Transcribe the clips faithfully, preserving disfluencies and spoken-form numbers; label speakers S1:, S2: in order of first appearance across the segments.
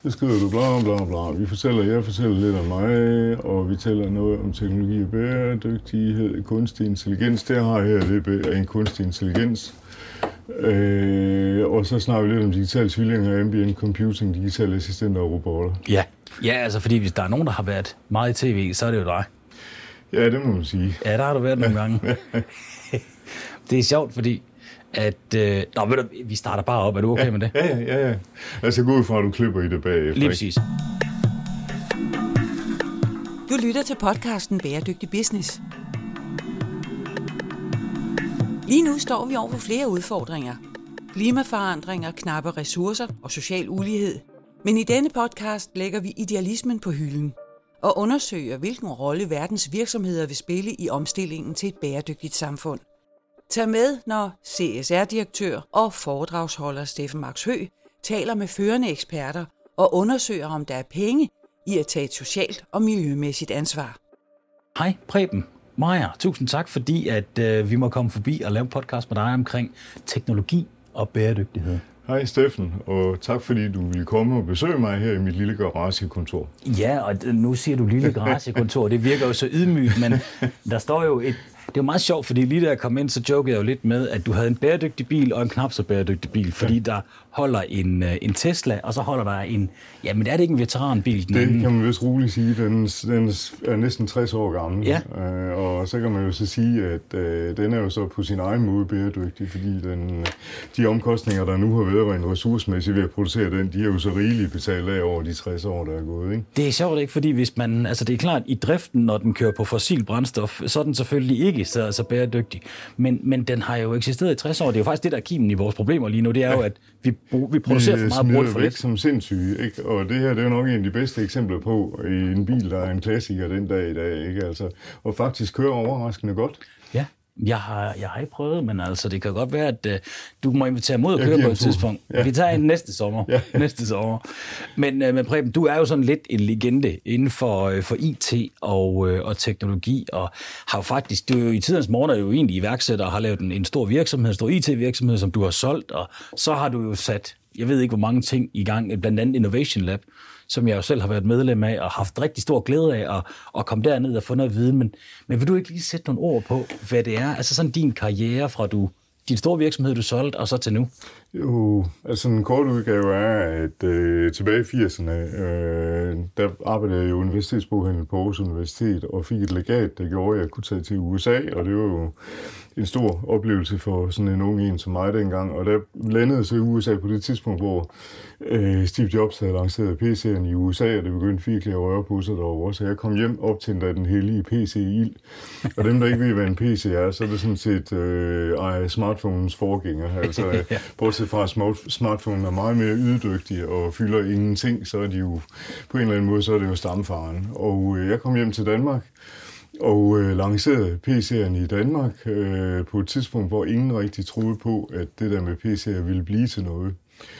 S1: Så skriver du bla bla bla. Vi fortæller, jeg fortæller lidt om mig, og vi taler noget om teknologi og bæredygtighed, kunstig intelligens. Det har her, det er en kunstig intelligens. Øh, og så snakker vi lidt om digitale tvillinger, ambient computing, digitale assistenter og robotter.
S2: Ja. ja, altså fordi hvis der er nogen, der har været meget i tv, så er det jo dig.
S1: Ja, det må man sige.
S2: Ja, der har du været nogle gange. Det er sjovt, fordi at... Øh... Nå, ved du, vi starter bare op. Er du okay
S1: ja,
S2: med det?
S1: Ja, ja, ja. ja. Altså gå ud fra, at du klipper i det bagefter.
S2: Lige præcis.
S3: Du lytter til podcasten Bæredygtig Business. Lige nu står vi over for flere udfordringer. Klimaforandringer, knappe ressourcer og social ulighed. Men i denne podcast lægger vi idealismen på hylden og undersøger, hvilken rolle verdens virksomheder vil spille i omstillingen til et bæredygtigt samfund. Tag med, når C S R-direktør og foredragsholder Steffen Max Høgh taler med førende eksperter og undersøger, om der er penge i at tage et socialt og miljømæssigt ansvar.
S2: Hej Preben. Maja, tusind tak, fordi at, øh, vi må komme forbi og lave en podcast med dig omkring teknologi og bæredygtighed.
S1: Hej Steffen, og tak fordi du ville komme og besøge mig her i mit lille garagekontor.
S2: Ja, og nu siger du lille garagekontor, det virker jo så ydmygt, men der står jo et... Det er jo meget sjovt, fordi lige da jeg kom ind, så jokede jeg jo lidt med, at du havde en bæredygtig bil og en knap så bæredygtig bil, fordi ja. Der holder en, en Tesla, og så holder der en... Jamen, er det ikke en veteranbil? Den
S1: det
S2: anden?
S1: kan man vist roligt sige. Den, den er næsten tres år gammel.
S2: Ja.
S1: Øh, og så kan man jo så sige, at øh, den er jo så på sin egen måde bæredygtig, fordi den, de omkostninger, der nu har været rent ressourcemæssigt ved at producere den, de er jo så rigeligt betalt af over de tres år, der er gået. Ikke?
S2: Det er sjovt ikke, fordi hvis man... Altså, det er klart, i driften, når den kører på fossil brændstof, så er den selvfølgelig ikke så, så bæredygtig. Men, men den har jo eksisteret i tres år. Det er jo faktisk det, der er kimen i vores problemer lige nu. Det er ja. jo, at vi, vi producerer for meget brud for lidt.
S1: Som sindssyge, ikke? Og det her, det er jo nok en af de bedste eksempler på i en bil, der er en klassiker den dag i dag, ikke? Altså, og faktisk kører overraskende godt.
S2: Ja, jeg har, jeg har ikke prøvet, men altså, det kan godt være, at uh, du må invitere mod at køre på et tidspunkt. Ja. Vi tager en næste sommer. Ja. næste sommer. Men, uh, men Preben, du er jo sådan lidt en legende inden for, uh, for I T og, uh, og teknologi, og har jo faktisk, du er jo i tidens morgen er jo egentlig iværksætter og har lavet en, en stor virksomhed, en stor I T-virksomhed, som du har solgt, og så har du jo sat, jeg ved ikke hvor mange ting i gang, blandt andet Innovation Lab, som jeg jo selv har været medlem af, og haft rigtig stor glæde af at, at komme derned og få noget viden. Men, men vil du ikke lige sætte nogle ord på, hvad det er? Altså sådan din karriere fra du, din store virksomhed, du solgte, og så til nu?
S1: Jo, altså en kort udgave er, at øh, tilbage i firserne, øh, der arbejdede jeg i Universitetsboghandel på Aarhus Universitet, og fik et legat, der gjorde, at jeg kunne tage til U S A, og det var jo en stor oplevelse for sådan en ung en som mig dengang. Og der landede så i U S A på det tidspunkt, hvor øh, Steve Jobs havde lanceret P C'erne i U S A, og det begyndte virkelig at røre på sig derovre. Så jeg kom hjem optændt af den hellige P C-ild. Og dem, der ikke ved, hvad en P C er, så er det sådan set øh, smartphones forgænger. Altså, ja. Bortset fra, at smartphone er meget mere ydedygtige og fylder ingenting, så er de jo på en eller anden måde, så er det jo stamfaren. Og øh, jeg kom hjem til Danmark, og øh, lancerede P C'erne i Danmark øh, på et tidspunkt, hvor ingen rigtig troede på, at det der med P C'er ville blive til noget.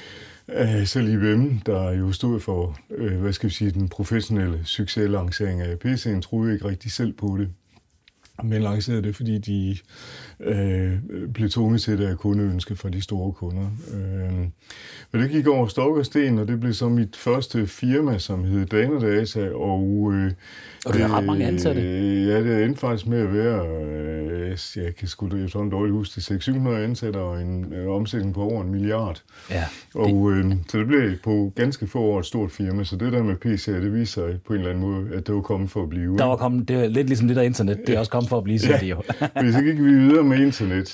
S1: Æh, selv I B M, der jo stod for, øh, hvad skal vi sige, den professionelle succeslancering af P C'en, troede ikke rigtig selv på det. Men lancerede det, fordi de øh, blev tvunget til det af kundeønske fra de store kunder. Øh, men det gik over stok og sten, og det blev så mit første firma, som hed Danadata. Og, øh,
S2: og det er ret mange ansatte?
S1: Øh, ja, det endte faktisk med at være, øh, jeg kan sgu da sådan dårligt huske det, seks hundrede ansatte og en øh, omsætning på over en milliard.
S2: Ja, det...
S1: Og øh, så det blev på ganske få år et stort firma, så det der med P C'er, det viser sig på en eller anden måde, at det var kommet for at blive.
S2: Der var kommet, det er lidt ligesom det der internet, det er også kommet for at blive, siger ja. de jo.
S1: Men så gik vi videre med internet,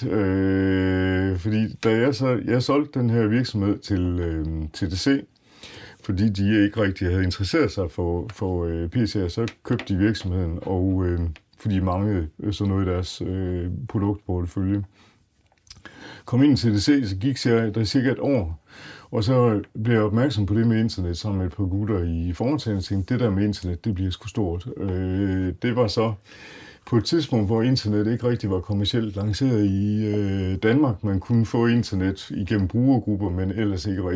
S1: øh, fordi da jeg så jeg solgte den her virksomhed til øh, T D C, fordi de ikke rigtig havde interesseret sig for, for øh, P C'er, så købte de virksomheden, og øh, fordi de manglede sådan noget i deres øh, produktportefølje. Kom ind til T D C, så gik jeg der cirka et år, og så blev jeg opmærksom på det med internet sammen med et par gutter i foretagendet, og tænkte, det der med internet, det bliver sgu stort. Øh, det var så på et tidspunkt, hvor internet ikke rigtig var kommercielt lanceret i øh, Danmark. Man kunne få internet igennem brugergrupper, men ellers ikke rigtigt.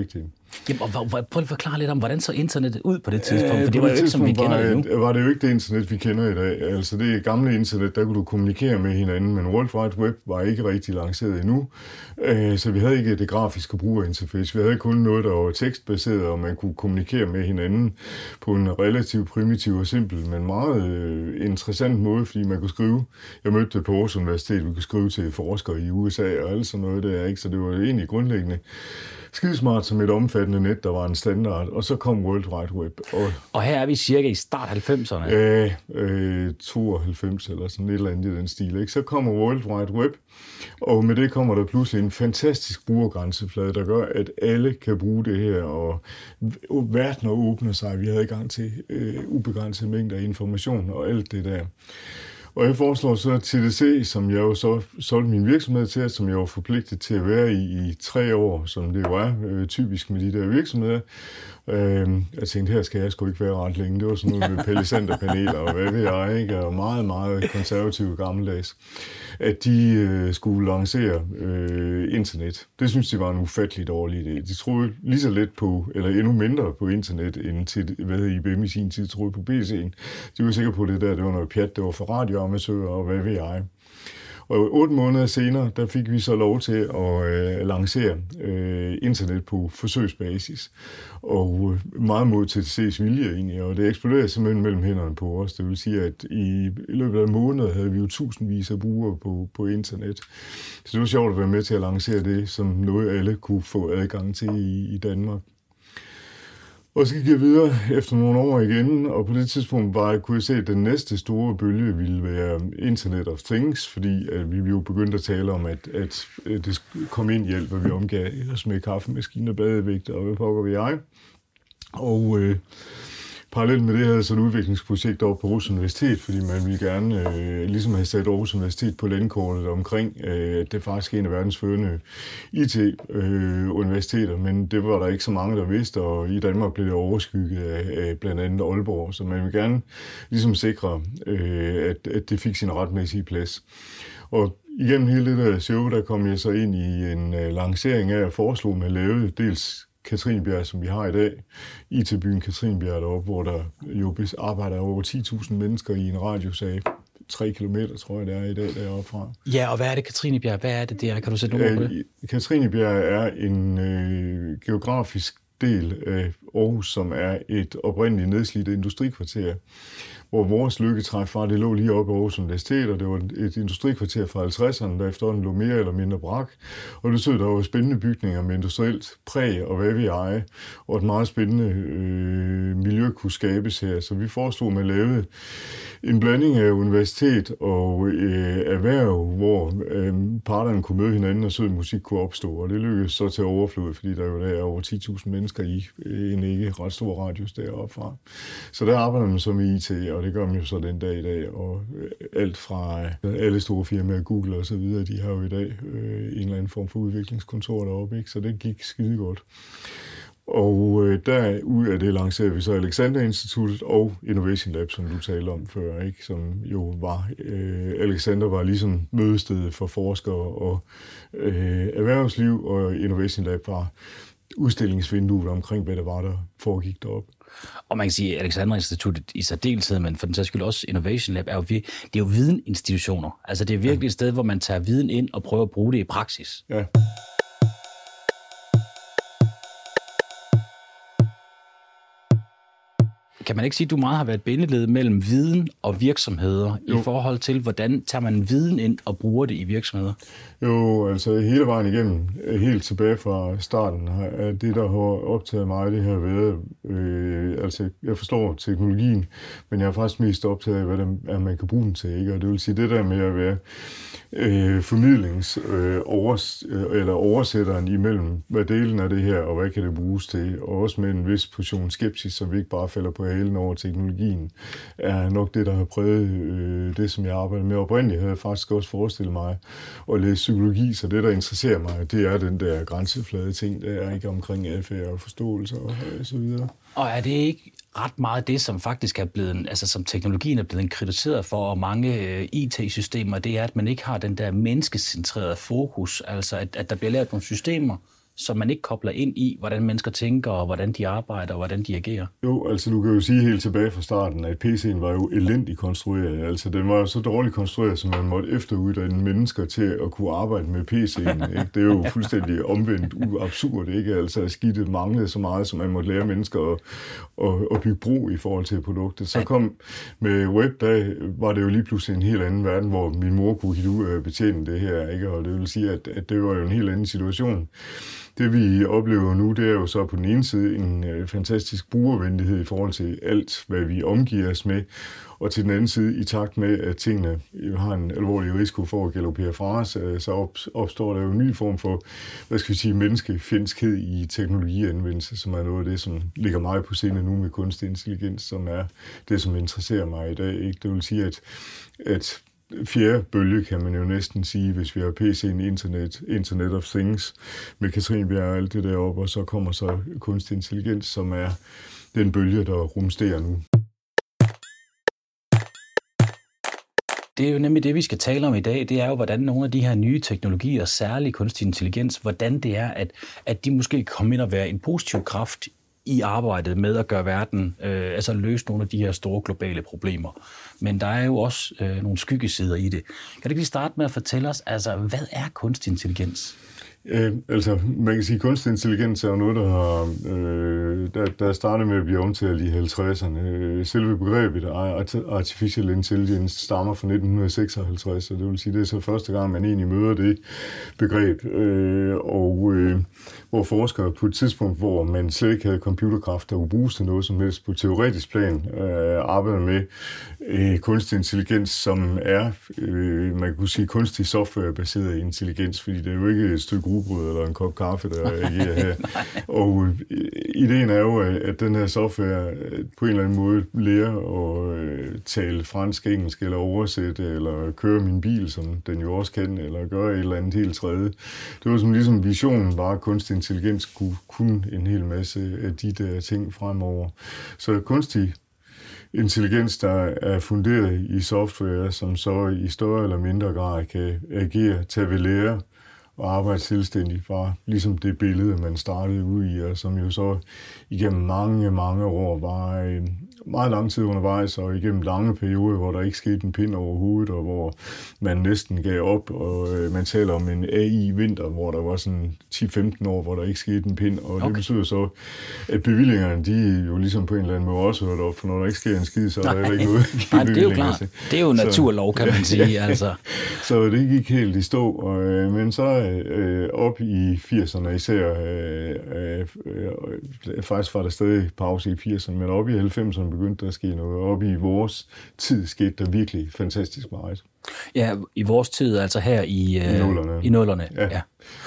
S2: Jamen, og, prøv lige at forklare lidt om, hvordan så internettet ud på det tidspunkt, for det var jo ikke, som vi kender det nu.
S1: Var det jo ikke det internet, vi kender i dag. Altså det gamle internet, der kunne du kommunikere med hinanden, men World Wide Web var ikke rigtig lanceret endnu, så vi havde ikke det grafiske brugerinterface. Vi havde kun noget, der var tekstbaseret, og man kunne kommunikere med hinanden på en relativt primitiv og simpel, men meget interessant måde, fordi man kunne skrive. Jeg mødte det på Aarhus Universitet, vi kunne skrive til forskere i U S A og alt sådan noget der, ikke? Så det var egentlig grundlæggende skidesmart som et omfattende net, der var en standard, og så kom World Wide Web. Og,
S2: og her er vi cirka i start halvfemserne.
S1: Ja, øh, tooghalvfems eller sådan et eller andet i den stil. Ikke? Så kommer World Wide Web, og med det kommer der pludselig en fantastisk brugergrænseflade, der gør, at alle kan bruge det her, og verden åbner sig. Vi havde i gang til øh, ubegrænset mængder af information og alt det der. Og jeg foreslår så T D C, som jeg jo så solgte min virksomhed til, som jeg var forpligtet til at være i i tre år, som det jo er øh, typisk med de der virksomheder. Øh, jeg tænkte, her skal jeg sgu ikke være ret længe. Det var sådan noget med palisanderpaneler og hvad ved jeg, ikke? Og meget, meget konservative gammeldags. At de øh, skulle lancere øh, internet. Det synes de var en ufattelig dårlig idé. De troede lige så let på, eller endnu mindre på internet, end til, hvad I B M i sin tid troede på P C'en. De var sikre på det der, det var noget pjat, det var for radioamatører og hvad ved jeg. Og otte måneder senere, der fik vi så lov til at øh, lancere øh, internet på forsøgsbasis. Og øh, meget mod T D C's vilje egentlig, og det eksploderede simpelthen mellem hænderne på os. Det vil sige, at i, i løbet af måneder havde vi jo tusindvis af brugere på, på internet. Så det var sjovt at være med til at lancere det, som noget alle kunne få adgang til i, i Danmark. Og så gik jeg videre efter nogle år igen, og på det tidspunkt var, kunne jeg se, at den næste store bølge ville være Internet of Things, fordi at vi jo begyndte at tale om, at, at det kom ind hjælp, og vi omgav os med kaffemaskiner, badevægter og hvad pokker vi jeg. Og øh, parallelt med det havde jeg så et udviklingsprojekt over på Aarhus Universitet, fordi man ville gerne øh, ligesom have sat Aarhus Universitet på landkortet omkring, øh, at det er faktisk en af verdens førende I T-universiteter, øh, men det var der ikke så mange, der vidste, og i Danmark blev det overskygget af, af blandt andet Aalborg, så man vil gerne ligesom sikre, øh, at, at det fik sin retmæssige plads. Og igennem hele det der show, der kom jeg så ind i en uh, lancering af at foreslå, man lavede dels Katrinebjerg, som vi har i dag, I T-byen Katrinebjerg deroppe, hvor der jo arbejder over ti tusind mennesker i en radius af tre kilometer, tror jeg, det er i dag deroppe fra.
S2: Ja, og hvad er det Katrinebjerg? Hvad er det der? Kan du sætte nogle ord på det?
S1: Katrinebjerg er en øh, geografisk del af Aarhus, som er et oprindeligt nedslidt industrikvarter, hvor vores lykketræf var, det lå lige oppe af Aarhus Universitet, og det var et industrikvarter fra halvtredserne, der efterhånden lå mere eller mindre brak. Og det betød, der var spændende bygninger med industrielt præg og hvad vi eje, og et meget spændende øh, miljø kunne skabes her. Så vi foreslog, at man lavede en blanding af universitet og øh, erhverv, hvor øh, parterne kunne møde hinanden, og sød musik kunne opstå. Og det lykkedes så til overflod, fordi der jo der er over ti tusind mennesker i en ikke ret stor radius deroppe fra. Så der arbejder man så med I T, og det gør man jo så den dag i dag. Og alt fra alle store firmaer, Google og så videre, de har jo i dag øh, en eller anden form for udviklingskontor deroppe, ikke? Så det gik skide godt. Og øh, der ud af det lancerede vi så Alexander Instituttet og Innovation Lab, som du talte om før, ikke? Som jo var, øh, Alexander var ligesom mødestedet for forskere og øh, erhvervsliv, og Innovation Lab var udstillingsvinduet omkring, hvad der var, der foregik deroppe.
S2: Og man kan sige, at Alexander Instituttet i særdeleshed, men for den sags skyld også Innovation Lab, er jo, det er jo videninstitutioner. Altså det er virkelig et sted, hvor man tager viden ind og prøver at bruge det i praksis. Ja. Kan man ikke sige, at du meget har været bindeled mellem viden og virksomheder jo. I forhold til, hvordan tager man viden ind og bruger det i virksomheder?
S1: Jo, altså hele vejen igennem, helt tilbage fra starten, det der har optaget mig, det har været, øh, altså jeg forstår teknologien, men jeg er faktisk mest optaget af, hvad det er, man kan bruge den til, ikke? Og det vil sige det der med at være øh, formidlings, øh, overs, øh, eller oversætteren imellem, hvad delen af det her, og hvad kan det bruges til, og også med en vis portion skepsis, så vi ikke bare falder på halen over teknologien, er nok det, der har præget øh, det, som jeg arbejder med. Oprindeligt havde jeg faktisk også forestillet mig at læse psykologi, så det, der interesserer mig, det er den der grænseflade ting, der er ikke omkring adfærd og forståelse og så videre.
S2: Og er det ikke ret meget det, som faktisk er blevet, altså som teknologien er blevet kritiseret for, og mange I T-systemer, det er, at man ikke har den der menneskecentrerede fokus, altså at, at der bliver lavet nogle systemer, som man ikke kobler ind i, hvordan mennesker tænker, og hvordan de arbejder, og hvordan de agerer?
S1: Jo, altså du kan jo sige helt tilbage fra starten, at P C'en var jo elendigt konstrueret. Altså den var så dårligt konstrueret, som man måtte efteruddanne mennesker til at kunne arbejde med P C'en. Ikke? Det er jo fuldstændig omvendt absurd, ikke? Altså skidtet manglede så meget, som man måtte lære mennesker at, at, at bygge bro i forhold til produktet. Så kom med web, der var det jo lige pludselig en helt anden verden, hvor min mor kunne hitte betjene det her, ikke? Og det vil sige, at, at det var jo en helt anden situation. Det vi oplever nu, det er jo så på den ene side en øh, fantastisk brugervenlighed i forhold til alt, hvad vi omgiver os med, og til den anden side, i takt med, at tingene har en alvorlig risiko for at galopere fra os, øh, så op, opstår der jo en ny form for, hvad skal vi sige, menneskefjendskhed i teknologianvendelse, som er noget af det, som ligger meget på scenen nu med kunstig intelligens, som er det, som interesserer mig i dag. Ikke? Det vil sige, at, at fjerde bølge, kan man jo næsten sige, hvis vi har P C'en, internet, Internet of Things, med Katrinebjerg og alt det deroppe, og så kommer så kunstig intelligens, som er den bølge, der rumsterer nu.
S2: Det er jo nemlig det, vi skal tale om i dag. Det er jo, hvordan nogle af de her nye teknologier, særlig kunstig intelligens, hvordan det er, at, at de måske kommer ind og være en positiv kraft i arbejdet med at gøre verden, øh, altså løse nogle af de her store globale problemer. Men der er jo også øh, nogle skyggesider i det. Kan du ikke lige starte med at fortælle os, altså, hvad er kunstig intelligens?
S1: Øh, altså, man kan sige, at kunstig intelligens er jo noget, der har øh, der, der startede med at blive omtalt i halvtredserne. Selve begrebet artificial intelligence stammer fra nitten seksoghalvtreds, og det vil sige, det er så første gang, man egentlig møder det begreb. Øh, og øh, hvor forskere på et tidspunkt, hvor man slet ikke havde computerkraft, der kunne bruges til noget som helst på teoretisk plan, øh, arbejder med øh, kunstig intelligens, som er, øh, man kunne sige, kunstig softwarebaseret intelligens, fordi det er jo ikke et stykke rugbrød eller en kop kaffe, der agerer her. Og øh, ideen er jo, at den her software på en eller anden måde lærer at øh, tale fransk, engelsk, eller oversætte, eller køre min bil, som den jo også kan, eller gøre et eller andet helt tredje. Det var som ligesom visionen var, at kunstig intelligens kunne kunne en hel masse af de der ting fremover. Så kunstig intelligens, der er funderet i software, som så i større eller mindre grad kan agere, tage ved lære og arbejde selvstændigt fra ligesom det billede, man startede ud i, og som jo så igennem mange, mange år var øh, meget lang tid undervejs, og igennem lange perioder, hvor der ikke skete en pind overhovedet, og hvor man næsten gav op, og øh, man taler om en A I-vinter, hvor der var sådan ti til femten år, hvor der ikke skete en pind, og okay. Det betyder så, at bevillingerne, de jo ligesom på en eller anden måde også hørt op, for når der ikke sker en skid, så er der heller ikke noget.
S2: Nej, det er jo klart. Det er jo naturlov, kan man sige. Altså.
S1: Så det gik helt i stå, og, øh, men så øh, op i firserne især, øh, øh, øh, faktisk var der stadig pause i firserne, men op i halvfemserne begyndte der at ske noget. Op i vores tid skete der virkelig fantastisk meget.
S2: Ja, i vores tid, altså her i, øh,
S1: I nullerne.
S2: I nullerne.
S1: Ja.
S2: Ja.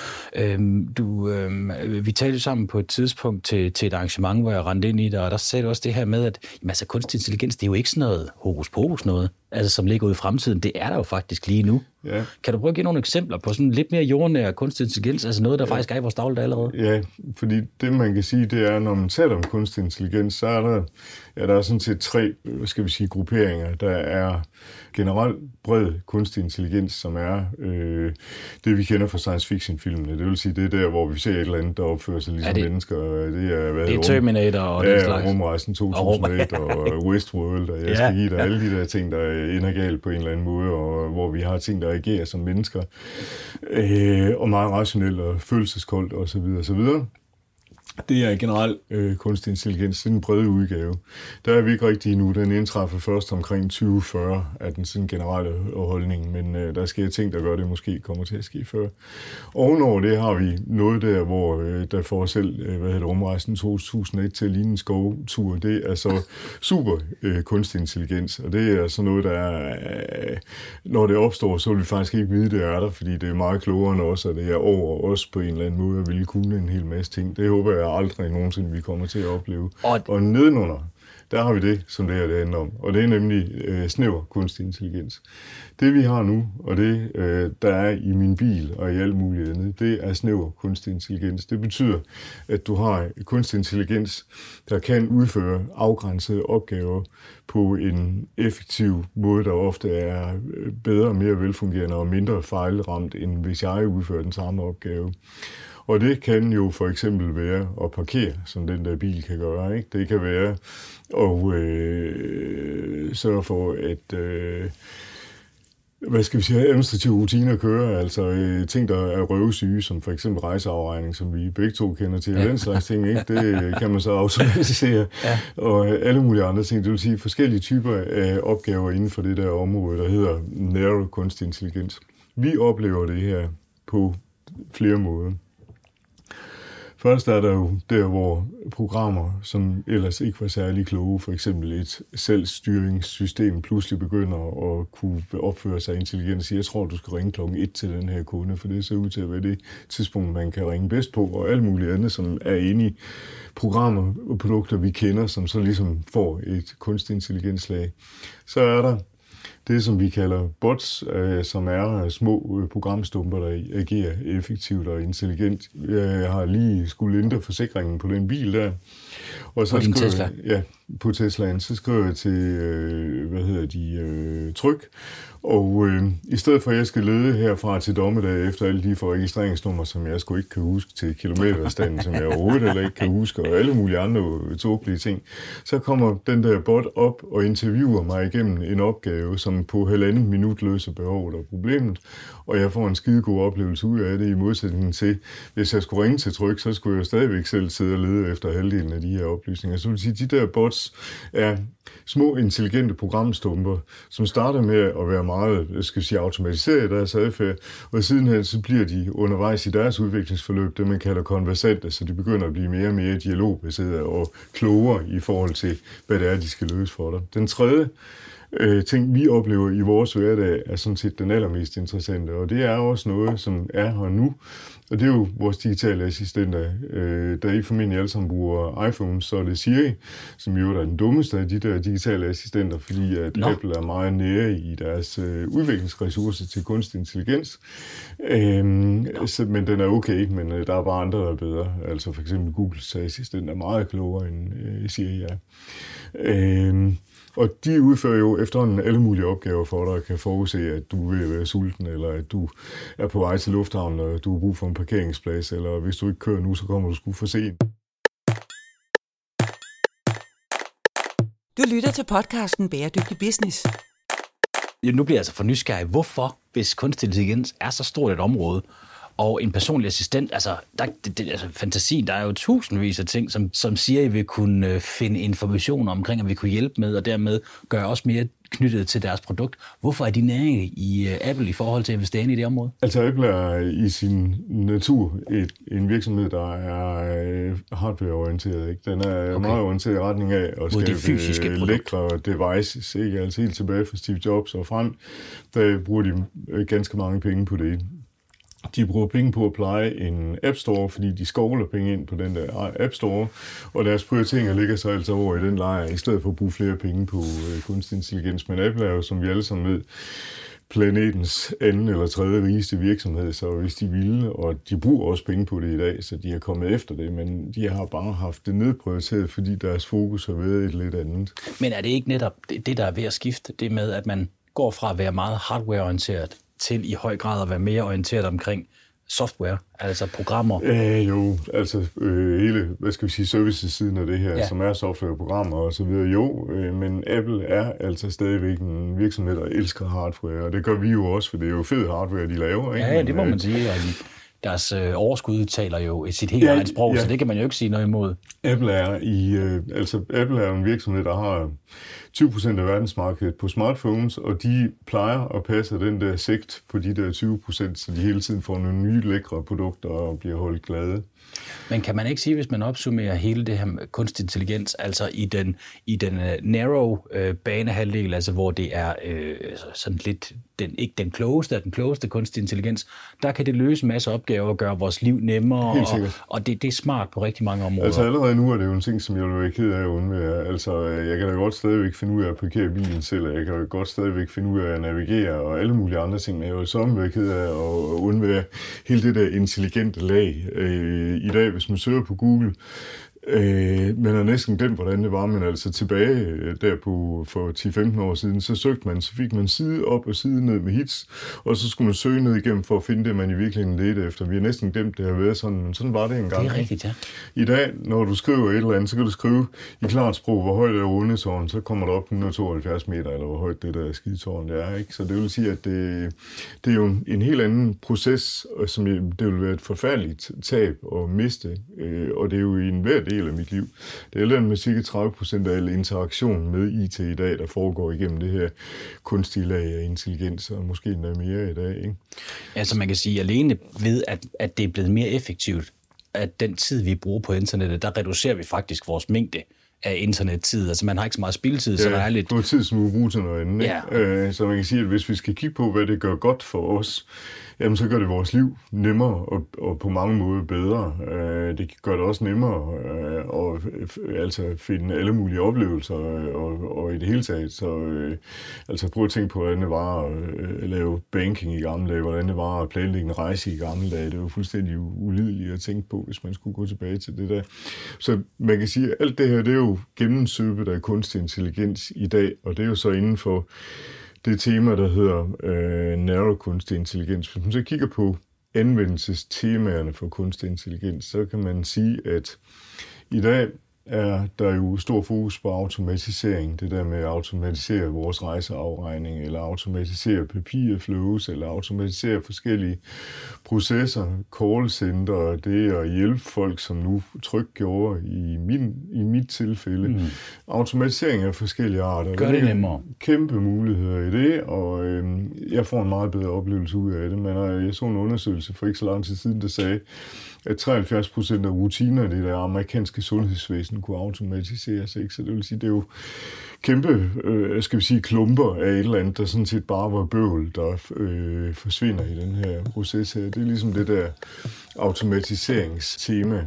S2: Øhm, du, øhm, vi talte sammen på et tidspunkt til, til et arrangement, hvor jeg rendte ind i det, og der sagde du også det her med, at jamen, altså, kunstig intelligens, det er jo ikke sådan noget hokus pokus noget, altså, som ligger ude i fremtiden. Det er der jo faktisk lige nu.
S1: Ja.
S2: Kan du prøve at give nogle eksempler på sådan lidt mere jordnær kunstig intelligens, altså noget, der ja. faktisk er i vores dagligdag allerede?
S1: Ja, fordi det, man kan sige, det er, når man taler om kunstig intelligens, så er der, ja, der er sådan set tre, skal vi sige, grupperinger. Der er generelt bred kunstig intelligens, som er øh, det, vi kender fra science fiction-filmene. Det vil sige, det er der, hvor vi ser et eller andet, der opfører sig ligesom det, mennesker. Det er, hvad
S2: det er Terminator og
S1: ja,
S2: den slags.
S1: Rumrejsen to tusind og et og, og Westworld, og jeg
S2: ja.
S1: skal give dig alle de der ting, der ender galt på en eller anden måde, og hvor vi har ting, der agerer som mennesker, øh, og meget rationelt og følelseskoldt osv. osv. Det er generelt øh, kunstig intelligens, det er den brede udgave. Der er vi ikke rigtig endnu. Den indtræffer først omkring tyve fyrre af den sådan generelle holdning, men øh, der sker ting, der gør det måske kommer til at ske før. Ovenover det har vi noget der, hvor øh, der får selv, øh, hvad hedder det, rumrejsen to tusind og et til at ligne en skovtur. Det er så super øh, kunstig intelligens, og det er så noget, der er, øh, når det opstår, så vil vi faktisk ikke vide, det er der, fordi det er meget klogere end os, og det er over os på en eller anden måde, at ville kunne en hel masse ting. Det håber jeg aldrig nogensinde, vi kommer til at opleve. Og, og nedenunder, der har vi det, som det her det handler om. Og det er nemlig øh, snæver kunstig intelligens. Det vi har nu, og det øh, der er i min bil og i alt muligt andet, det er snæver kunstig intelligens. Det betyder, at du har kunstig intelligens, der kan udføre afgrænsede opgaver på en effektiv måde, der ofte er bedre, mere velfungerende og mindre fejlramt, end hvis jeg udfører den samme opgave. Og det kan jo for eksempel være at parkere, som den der bil kan gøre. Ikke? Det kan være at øh, sørge for, at øh, hvad skal vi sige, administrative rutiner kører, altså øh, ting, der er røvesyge, som for eksempel rejseafregning, som vi begge to kender til, ja. Den slags ting, ikke? Det kan man så automatisere, ja. Og alle mulige andre ting, det vil sige forskellige typer af opgaver inden for det der område, der hedder narrow kunstig intelligens. Vi oplever det her på flere måder. Først er der jo der, hvor programmer, som ellers ikke var særlig kloge, for eksempel et selvstyringssystem, pludselig begynder at kunne opføre sig intelligent og sige, jeg tror, du skal ringe klokken et til den her kunde, for det ser ud til at være det tidspunkt, man kan ringe bedst på, og alt muligt andet, som er inde i programmer og produkter, vi kender, som så ligesom får et kunstig intelligenslag. Så er der det, som vi kalder bots, øh, som er små øh, programstumper, der agerer effektivt og intelligent. Jeg har lige skulle ændre forsikringen på den bil der. Og så
S2: på din
S1: skriver,
S2: Tesla?
S1: Ja, på Teslaen. Så skriver jeg til, øh, hvad hedder de, øh, tryk. Og øh, i stedet for, at jeg skal lede herfra til dommedag efter alle de for registreringsnummer, som jeg sgu ikke kan huske, til kilometerstanden, som jeg overhovedet eller ikke kan huske, og alle mulige andre tåbelige ting, så kommer den der bot op og interviewer mig igennem en opgave, som på halvanden minut løser behovet og problemet, og jeg får en skide god oplevelse ud af det, i modsætning til, hvis jeg skulle ringe til tryk, så skulle jeg stadigvæk selv sidde og lede efter halvdelen af de her oplysninger. Så vil sige, de der bots er små intelligente programstumper, som starter med at være meget, jeg skal sige, automatiseret i deres adfærd, og sidenhen så bliver de undervejs i deres udviklingsforløb, det man kalder konversante, så de begynder at blive mere og mere dialogbaserede og klogere i forhold til, hvad det er, de skal løse for dig. Den tredje øh, ting, vi oplever i vores hverdag, er sådan set den allermest interessante, og det er også noget, som er her nu, og det er jo vores digitale assistenter. Øh, da I formentlig alle sammen bruger iPhone, så er det Siri, som jo er den dummeste af de der digitale assistenter, fordi at no. Apple er meget nære i deres øh, udviklingsressourcer til kunstig intelligens. Øh, no. så, men den er okay, men øh, der er bare andre, der er bedre. Altså for eksempel Googles assistent er meget klogere end øh, Siri er. Øh, Og de udfører jo efterhånden alle mulige opgaver for dig, og kan forudse, at du vil være sulten, eller at du er på vej til lufthavnen, og du har brug for en parkeringsplads, eller hvis du ikke kører nu, så kommer du sgu for sent.
S3: Du lytter til podcasten Bæredygtig Business.
S2: Nu bliver jeg altså for nysgerrig. Hvorfor, hvis kunstig intelligens er så stort et område, og en personlig assistent, altså, der, det, det, altså fantasien, der er jo tusindvis af ting, som, som siger, at vi vil kunne finde information omkring, at vi kunne hjælpe med, og dermed gøre os mere knyttet til deres produkt. Hvorfor er de nære i uh, Apple i forhold til at investere i det område?
S1: Altså Apple er i sin natur et, en virksomhed, der er uh, hardwareorienteret. Ikke? Den er okay. meget orienteret i retning af at skabe lækre devices. Ikke? Altså helt tilbage fra Steve Jobs og frem, der bruger de ganske mange penge på det. De bruger penge på at pleje en App Store, fordi de skovler penge ind på den der App Store, og deres prioriteringer ligger så altså over i den lejr, i stedet for at bruge flere penge på øh, kunstig intelligens. Men Apple er jo, som vi alle sammen ved, planetens anden eller tredje rigeste virksomhed, så hvis de ville, og de bruger også penge på det i dag, så de er kommet efter det, men de har bare haft det nedprioriteret, fordi deres fokus har været et lidt andet.
S2: Men er det ikke netop det, der er ved at skifte, det med, at man går fra at være meget hardwareorienteret til i høj grad at være mere orienteret omkring software, altså programmer?
S1: Øh, jo, altså øh, hele, hvad skal vi sige, services-siden af det her, ja. som er softwareprogrammer og så videre, jo, øh, men Apple er altså stadigvæk en virksomhed, der elsker hardware, og det gør vi jo også, for det er jo fed hardware, de laver, ikke?
S2: Ja, det må man sige, og deres øh, overskud taler jo sit helt eget sprog, ja. Så det kan man jo ikke sige noget imod.
S1: Apple er i, øh, altså Apple er en virksomhed, der har tyve procent af verdensmarkedet på smartphones, og de plejer at passe den der sigt på de der tyve procent, så de hele tiden får nogle nye lækre produkter og bliver holdt glade.
S2: Men kan man ikke sige, hvis man opsummerer hele det her kunstig intelligens, altså i den, i den narrow øh, banehalvdel, altså hvor det er øh, sådan lidt den, ikke den klogeste af den klogeste kunstig intelligens, der kan det løse en masse opgaver og gøre vores liv nemmere, og, og det, det er smart på rigtig mange områder.
S1: Altså allerede nu er det jo en ting, som jeg vil være ked af at undvære. Altså jeg kan da godt stadigvæk finde ud af at parkere bilen selv, og jeg kan da godt stadigvæk finde ud af at navigere og alle mulige andre ting, men jeg vil så være ked af at undvære hele det der intelligente lag. Øh, I dag, hvis man søger på Google, Øh, man har næsten glemt, hvordan det var, men altså tilbage der på for ti til femten år siden, så søgte man, så fik man side op og side ned med hits, og så skulle man søge ned igennem for at finde det, man i virkeligheden ledte efter. Vi har næsten glemt, det har været sådan, men sådan var det engang.
S2: Det er rigtigt, ja.
S1: I dag, når du skriver et eller andet, så kan du skrive i klart sprog, hvor højt er Rundetårn, så kommer der op et hundrede og tooghalvfjerds meter, eller hvor højt det der skidetårn det er, ikke? Så det vil sige, at det, det er jo en, en helt anden proces, som det vil være et forfærdeligt tab at miste, øh, og det er jo i enhver del af mit liv. Det er den med cirka tredive procent af al interaktion med I T i dag, der foregår igennem det her kunstige lag af intelligens, og måske endda mere i dag, ikke?
S2: Altså man kan sige, alene ved, at, at det er blevet mere effektivt, at den tid, vi bruger på internettet, der reducerer vi faktisk vores mængde af internettid. Altså man har ikke så meget spildtid, ja, så der er lidt...
S1: det er tid, som vi bruger til noget andet.
S2: Ja.
S1: Øh, så man kan sige, at hvis vi skal kigge på, hvad det gør godt for os, jamen så gør det vores liv nemmere og, og på mange måder bedre. Øh, det gør det også nemmere øh, at øh, altså finde alle mulige oplevelser og, og i det hele taget. Så øh, altså prøv at tænke på, hvordan det var at øh, lave banking i gamle dage, hvordan det var at planlægge en rejse i gamle dage. Det var fuldstændig ulideligt at tænke på, hvis man skulle gå tilbage til det der. Så man kan sige, at alt det her, det er jo gennemsøbet af kunstig intelligens i dag, og det er jo så inden for det tema, der hedder øh, narrow kunstig intelligens. Hvis man så kigger på anvendelsestemaerne for kunstig intelligens, så kan man sige, at i dag er der jo stor fokus på automatisering. Det der med at automatisere vores rejseafregning, eller automatisere papirflows, eller automatisere forskellige processer, callcenter, det at hjælpe folk, som nu trygt gjorde i, min, i mit tilfælde. Mm. Automatisering af forskellige arter.
S2: Gør det nemmere.
S1: Kæmpe muligheder i det, og øh, jeg får en meget bedre oplevelse ud af det. Men jeg så en undersøgelse for ikke så lang tid siden, der sagde, at treoghalvfjerds procent af rutinerne i det amerikanske sundhedsvæsen kunne automatiseres, ikke? Så det vil sige, det er jo kæmpe, øh, skal vi sige, klumper af et eller andet, der sådan set bare var bøvl, der øh, forsvinder i den her proces her. Det er ligesom det der automatiseringstema.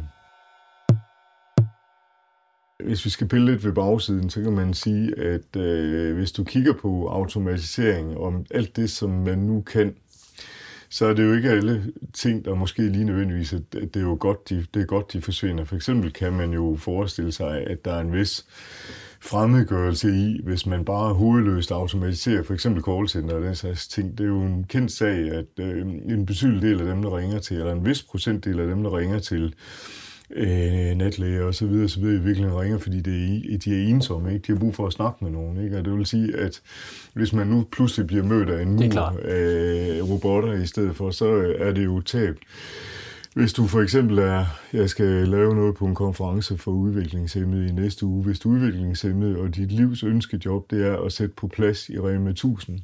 S1: Hvis vi skal pille lidt ved bagsiden, så kan man sige, at øh, hvis du kigger på automatisering om alt det, som man nu kan, så er det jo ikke alle ting, der måske lige nødvendigvis, at det er jo godt, de, det er godt, de forsvinder. For eksempel kan man jo forestille sig, at der er en vis fremmedgørelse i, hvis man bare hovedløst automatiserer, for eksempel callcenter og den slags ting. Det er jo en kendt sag, at øh, en betydelig del af dem, der ringer til, eller en vis procentdel af dem, der ringer til øh, netlæger og så videre, så videre, i virkeligheden ringer, fordi det er, de er ensomme, ikke? De har brug for at snakke med nogen, ikke? Og det vil sige, at hvis man nu pludselig bliver mødt af en mur af robotter i stedet for, så er det jo tab. Hvis du for eksempel er, jeg skal lave noget på en konference for udviklingshæmmede i næste uge, hvis du er udviklingshæmmet, og dit livs ønskejob, det er at sætte på plads i Rema tusind,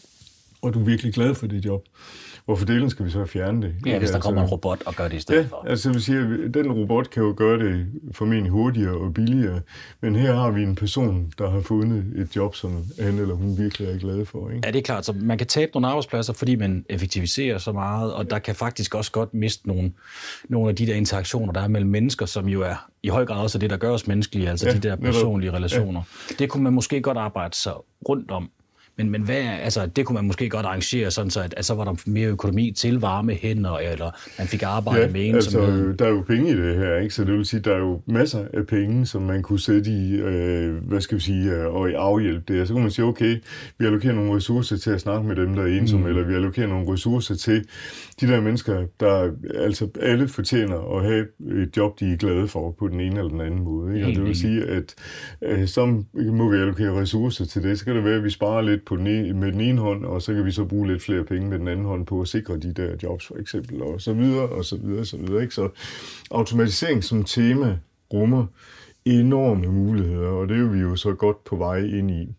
S1: og du er virkelig glad for det job, hvorfor delen skal vi så fjerne det?
S2: Ja, hvis der kommer en robot og gør det i stedet
S1: ja,
S2: for.
S1: altså vi siger, at den robot kan jo gøre det formentlig hurtigere og billigere, men her har vi en person, der har fundet et job, som han eller hun virkelig er glad for, ikke?
S2: Ja, det er klart. Så man kan tabe nogle arbejdspladser, fordi man effektiviserer så meget, og der kan faktisk også godt miste nogle, nogle af de der interaktioner, der er mellem mennesker, som jo er i høj grad også det, der gør os menneskelige, altså ja, de der personlige relationer. Ja. Det kunne man måske godt arbejde sig rundt om. Men, men hvad, altså, det kunne man måske godt arrangere sådan, så at, at så var der mere økonomi til varme hænder, eller man fik arbejde
S1: ja,
S2: med en altså, som
S1: der er jo penge i det her, ikke? Så det vil sige, der er jo masser af penge, som man kunne sætte i, øh, hvad skal vi sige, øh, og i afhjælp det. Så kunne man sige, okay, vi allokerer nogle ressourcer til at snakke med dem, der er ensomme, mm. eller vi allokerer nogle ressourcer til de der mennesker, der altså alle fortjener at have et job, de er glade for på den ene eller den anden måde, ikke? Og det vil sige, at øh, så må vi allokere ressourcer til det. Så kan det være, at vi sparer lidt på den ene, med den ene hånd, og så kan vi så bruge lidt flere penge med den anden hånd på at sikre de der jobs, for eksempel, og så videre, og så videre, og så videre, ikke? Så automatisering som tema rummer enorme muligheder, og det er vi jo så godt på vej ind i.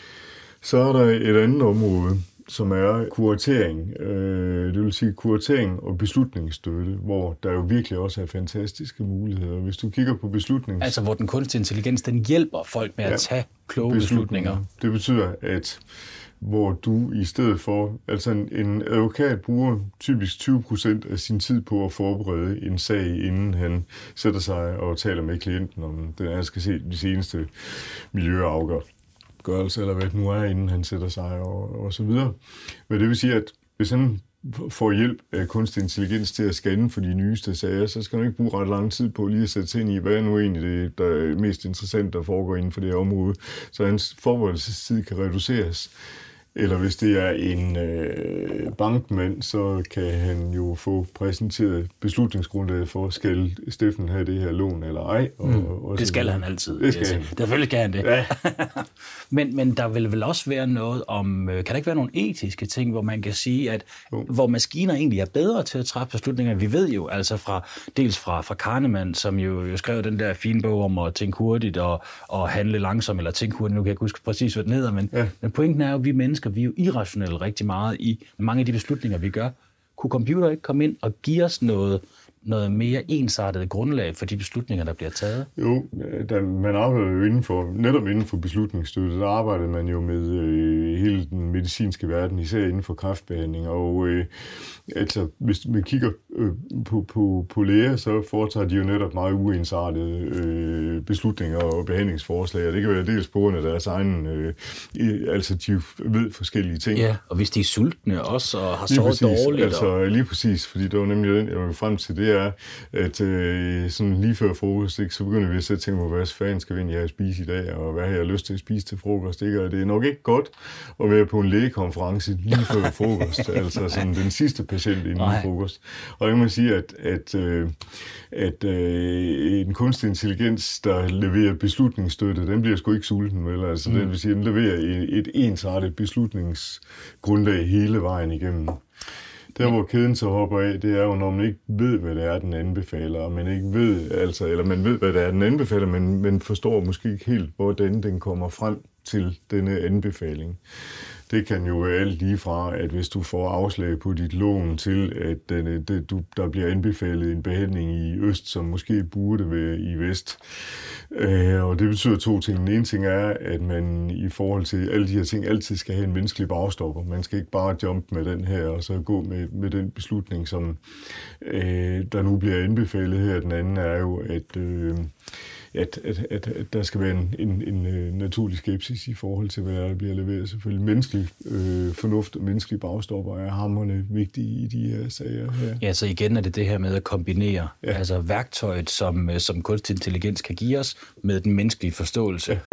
S1: Så er der et andet område, som er kuratering. Øh, det vil sige kuratering og beslutningsstøtte, hvor der jo virkelig også er fantastiske muligheder. Hvis du kigger på beslutnings...
S2: Altså hvor den kunstige intelligens, den hjælper folk med ja, at tage kloge beslutninger. beslutninger.
S1: Det betyder, at hvor du i stedet for... Altså en, en advokat bruger typisk tyve procent af sin tid på at forberede en sag, inden han sætter sig og taler med klienten om den, han skal se de seneste miljøafgørelser, eller hvad det nu er, inden han sætter sig, og, og så videre. Men det vil sige, at hvis han får hjælp af kunstig intelligens til at scanne for de nyeste sager, så skal man ikke bruge ret lang tid på lige at sætte sig ind i, hvad er nu egentlig det, der er mest interessant, der foregår inden for det her område, så hans forberedelsestid kan reduceres. Eller hvis det er en øh, bankmand, så kan han jo få præsenteret beslutningsgrundlaget for, skal Steffen have det her lån eller ej. Og,
S2: mm.
S1: og
S2: det skal han altid.
S1: Det skal han.
S2: Selvfølgelig skal han det.
S1: Ja.
S2: men, men der vil vel også være noget om, kan der ikke være nogle etiske ting, hvor man kan sige, at jo. hvor maskiner egentlig er bedre til at træffe beslutninger? Vi ved jo altså fra, dels fra, fra Kahneman, som jo, jo skrev den der fine bog om at tænke hurtigt og, og handle langsomt, eller tænke hurtigt, nu kan jeg ikke huske præcis, hvad den hedder, men, ja. men pointen er jo, at vi mennesker, vi er jo irrationelle rigtig meget i mange af de beslutninger, vi gør. Kunne computer ikke komme ind og give os noget, noget mere ensartet grundlag for de beslutninger, der bliver taget?
S1: Jo, da man arbejder jo inden for, netop inden for beslutningsstøtte, der arbejder man jo med øh, hele den medicinske verden, især inden for kræftbehandling. Og øh, altså, hvis man kigger øh, på, på, på læger, så foretager de jo netop meget uensartede øh, beslutninger og behandlingsforslag. Og det kan være dels på grund af deres egen, øh, altså de ved forskellige ting.
S2: Ja, og hvis de er sultne også og har sovet dårligt.
S1: Altså
S2: og...
S1: lige præcis, fordi det var nemlig den, jeg var frem til, det er, at øh, sådan lige før frokost, ikke, så begynder vi at sætte tænke på, hvad fanden skal vi egentlig have at spise i dag, og hvad har jeg lyst til at spise til frokost, ikke? Og det er nok ikke godt at være på en lægekonference lige før frokost, altså sådan den sidste patient inden Nej. frokost. Og der kan man sige, at, at, øh, at øh, en kunstig intelligens, der leverer beslutningsstøtte, den bliver sgu ikke sulten, vel? Altså, mm. det vil sige, den leverer et, et ensartet beslutningsgrundlag hele vejen igennem. Der, hvor kæden så hopper af, det er jo, når man ikke ved, hvad det er, den anbefaler, og man ikke ved, altså, eller man ved, hvad det er, den anbefaler, men man forstår måske ikke helt, hvordan den kommer frem til denne anbefaling. Det kan jo være alt lige fra, at hvis du får afslag på dit lån til, at den, det, du, der bliver anbefalet en behandling i øst, som måske burde være i vest. Øh, og det betyder to ting. Den ene ting er, at man i forhold til alle de her ting altid skal have en menneskelig bagstopper. Man skal ikke bare jumpe med den her, og så gå med, med den beslutning, som øh, der nu bliver anbefalet her. Den anden er jo, at... Øh, At, at, at, at der skal være en, en, en naturlig skepsis i forhold til, hvad der bliver leveret. Selvfølgelig menneskelig øh, fornuft og menneskelige bagstopper er hamrende vigtige i de her sager her.
S2: Ja, så igen er det det her med at kombinere ja. altså værktøjet, som, som kunstig intelligens kan give os, med den menneskelige forståelse. Ja.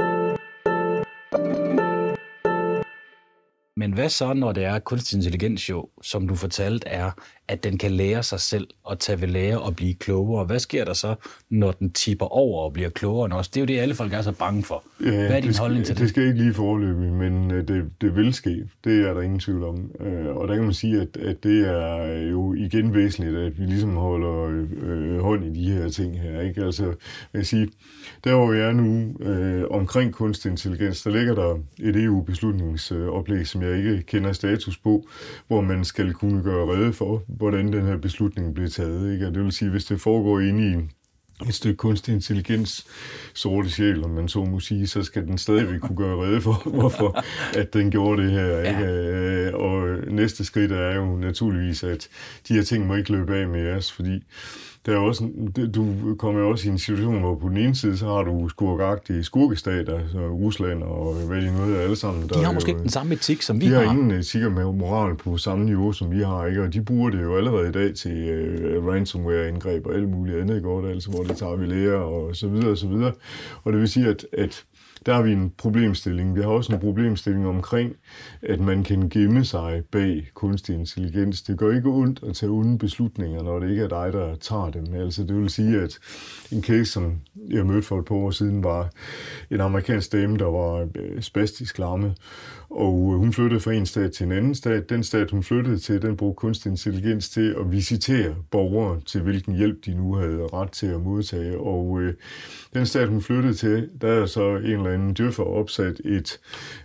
S2: Men hvad så, når det er kunstig intelligens jo, som du fortalte, er, at den kan lære sig selv og tage ved lære og blive klogere? Hvad sker der så, når den tipper over og bliver klogere end os? Det er jo det, alle folk er så bange for.
S1: Ja,
S2: hvad er din
S1: det
S2: holdning
S1: skal,
S2: til det?
S1: Det skal ikke lige foreløbig, men det, det vil ske. Det er der ingen tvivl om. Og der kan man sige, at, at det er jo igen væsentligt, at vi ligesom holder øh, hånd i de her ting her. Ikke? Altså, jeg kan sige, der hvor vi er nu øh, omkring kunstig intelligens, der ligger der et E U-beslutningsoplæg, som jeg ikke kender status på, hvor man skal kunne gøre rede for, hvordan den her beslutning bliver taget. Ikke? Og det vil sige, hvis det foregår inde i et stykke kunstig intelligens sorte sjæl, om man så må sige, så skal den stadigvæk kunne gøre rede for, hvorfor at den gjorde det her. Ikke? Ja. Og næste skridt er jo naturligvis, at de her ting må ikke løbe af med os, fordi der er også, du kommer jo også i en situation, hvor på den ene side, så har du skurkagtige skurkestater, så Rusland og hvad de nu hedder alle sammen.
S2: De har måske ikke den samme etik, som vi
S1: de
S2: har.
S1: De har ingen etik med moral på samme niveau, som vi har, ikke? Og de bruger det jo allerede i dag til uh, ransomware-indgreb og alt muligt andet, ikke? Altså, hvor det tager vi lærer og så videre og så videre. Og det vil sige, at, at der har vi en problemstilling. Vi har også en problemstilling omkring, at man kan gemme sig bag kunstig intelligens. Det gør ikke ondt at tage onde beslutninger, når det ikke er dig, der tager dem. Altså, det vil sige, at en case, som jeg mødte for et par år siden, var en amerikansk dame, der var spastisk lammet, og hun flyttede fra en stat til en anden stat. Den stat, hun flyttede til, den brugte kunstig intelligens til at visitere borgere til, hvilken hjælp de nu havde ret til at modtage. Og øh, den stat, hun flyttede til, der er så en eller anden djøffer opsat et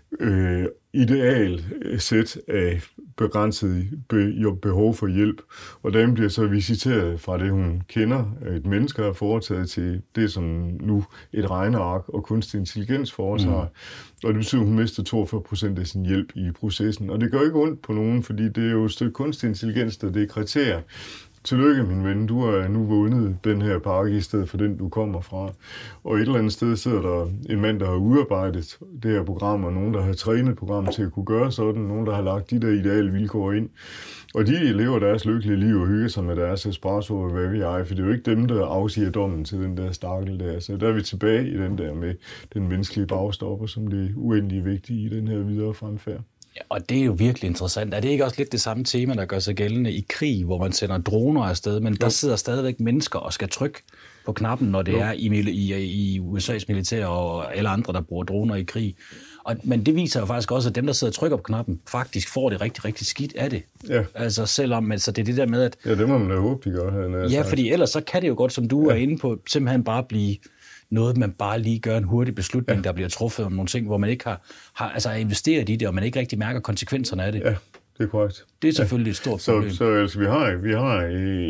S1: øh, ideal sæt af begrænset be- behov for hjælp, og den bliver så visiteret fra det, hun kender, et menneske har foretaget, til det, som nu et regneark og kunstig intelligens foretager. Mm. Og det betyder, at hun mister toogfyrre procent af sin hjælp i processen. Og det gør ikke ondt på nogen, fordi det er jo et stykke kunstig intelligens, der dekreterer, tillykke, min ven, du er nu vundet den her pakke i stedet for den, du kommer fra. Og et eller andet sted sidder der en mand, der har udarbejdet det her program, og nogen, der har trænet programmet til at kunne gøre sådan, nogen, der har lagt de der ideelle vilkår ind. Og de lever deres lykkelige liv og hygger sig med deres espresso og hvad vi er, for det er jo ikke dem, der afsiger dommen til den der stakkel der. Så der er vi tilbage i den der med den menneskelige bagstopper, som det er uendelig vigtigt i den her videre fremfærd.
S2: Ja, og det er jo virkelig interessant. Er det ikke også lidt det samme tema, der gør sig gældende i krig, hvor man sender droner afsted, men jo. Der sidder stadigvæk mennesker og skal trykke på knappen, når det jo. er i, i, i U S A's militær og alle andre, der bruger droner i krig. Og, men det viser jo faktisk også, at dem, der sidder og trykker på knappen, faktisk får det rigtig, rigtig skidt af det.
S1: Ja.
S2: Altså selvom, altså det er det der med, at...
S1: Ja, det må man da håbe, de gør. Her,
S2: ja, fordi ellers så kan det jo godt, som du ja. er inde på, simpelthen bare blive noget, man bare lige gør en hurtig beslutning, ja. der bliver truffet om nogle ting, hvor man ikke har, har altså investeret i det, og man ikke rigtig mærker konsekvenserne af det.
S1: Ja, det er korrekt.
S2: Det er selvfølgelig ja. et stort problem.
S1: Så, så altså, vi har, vi har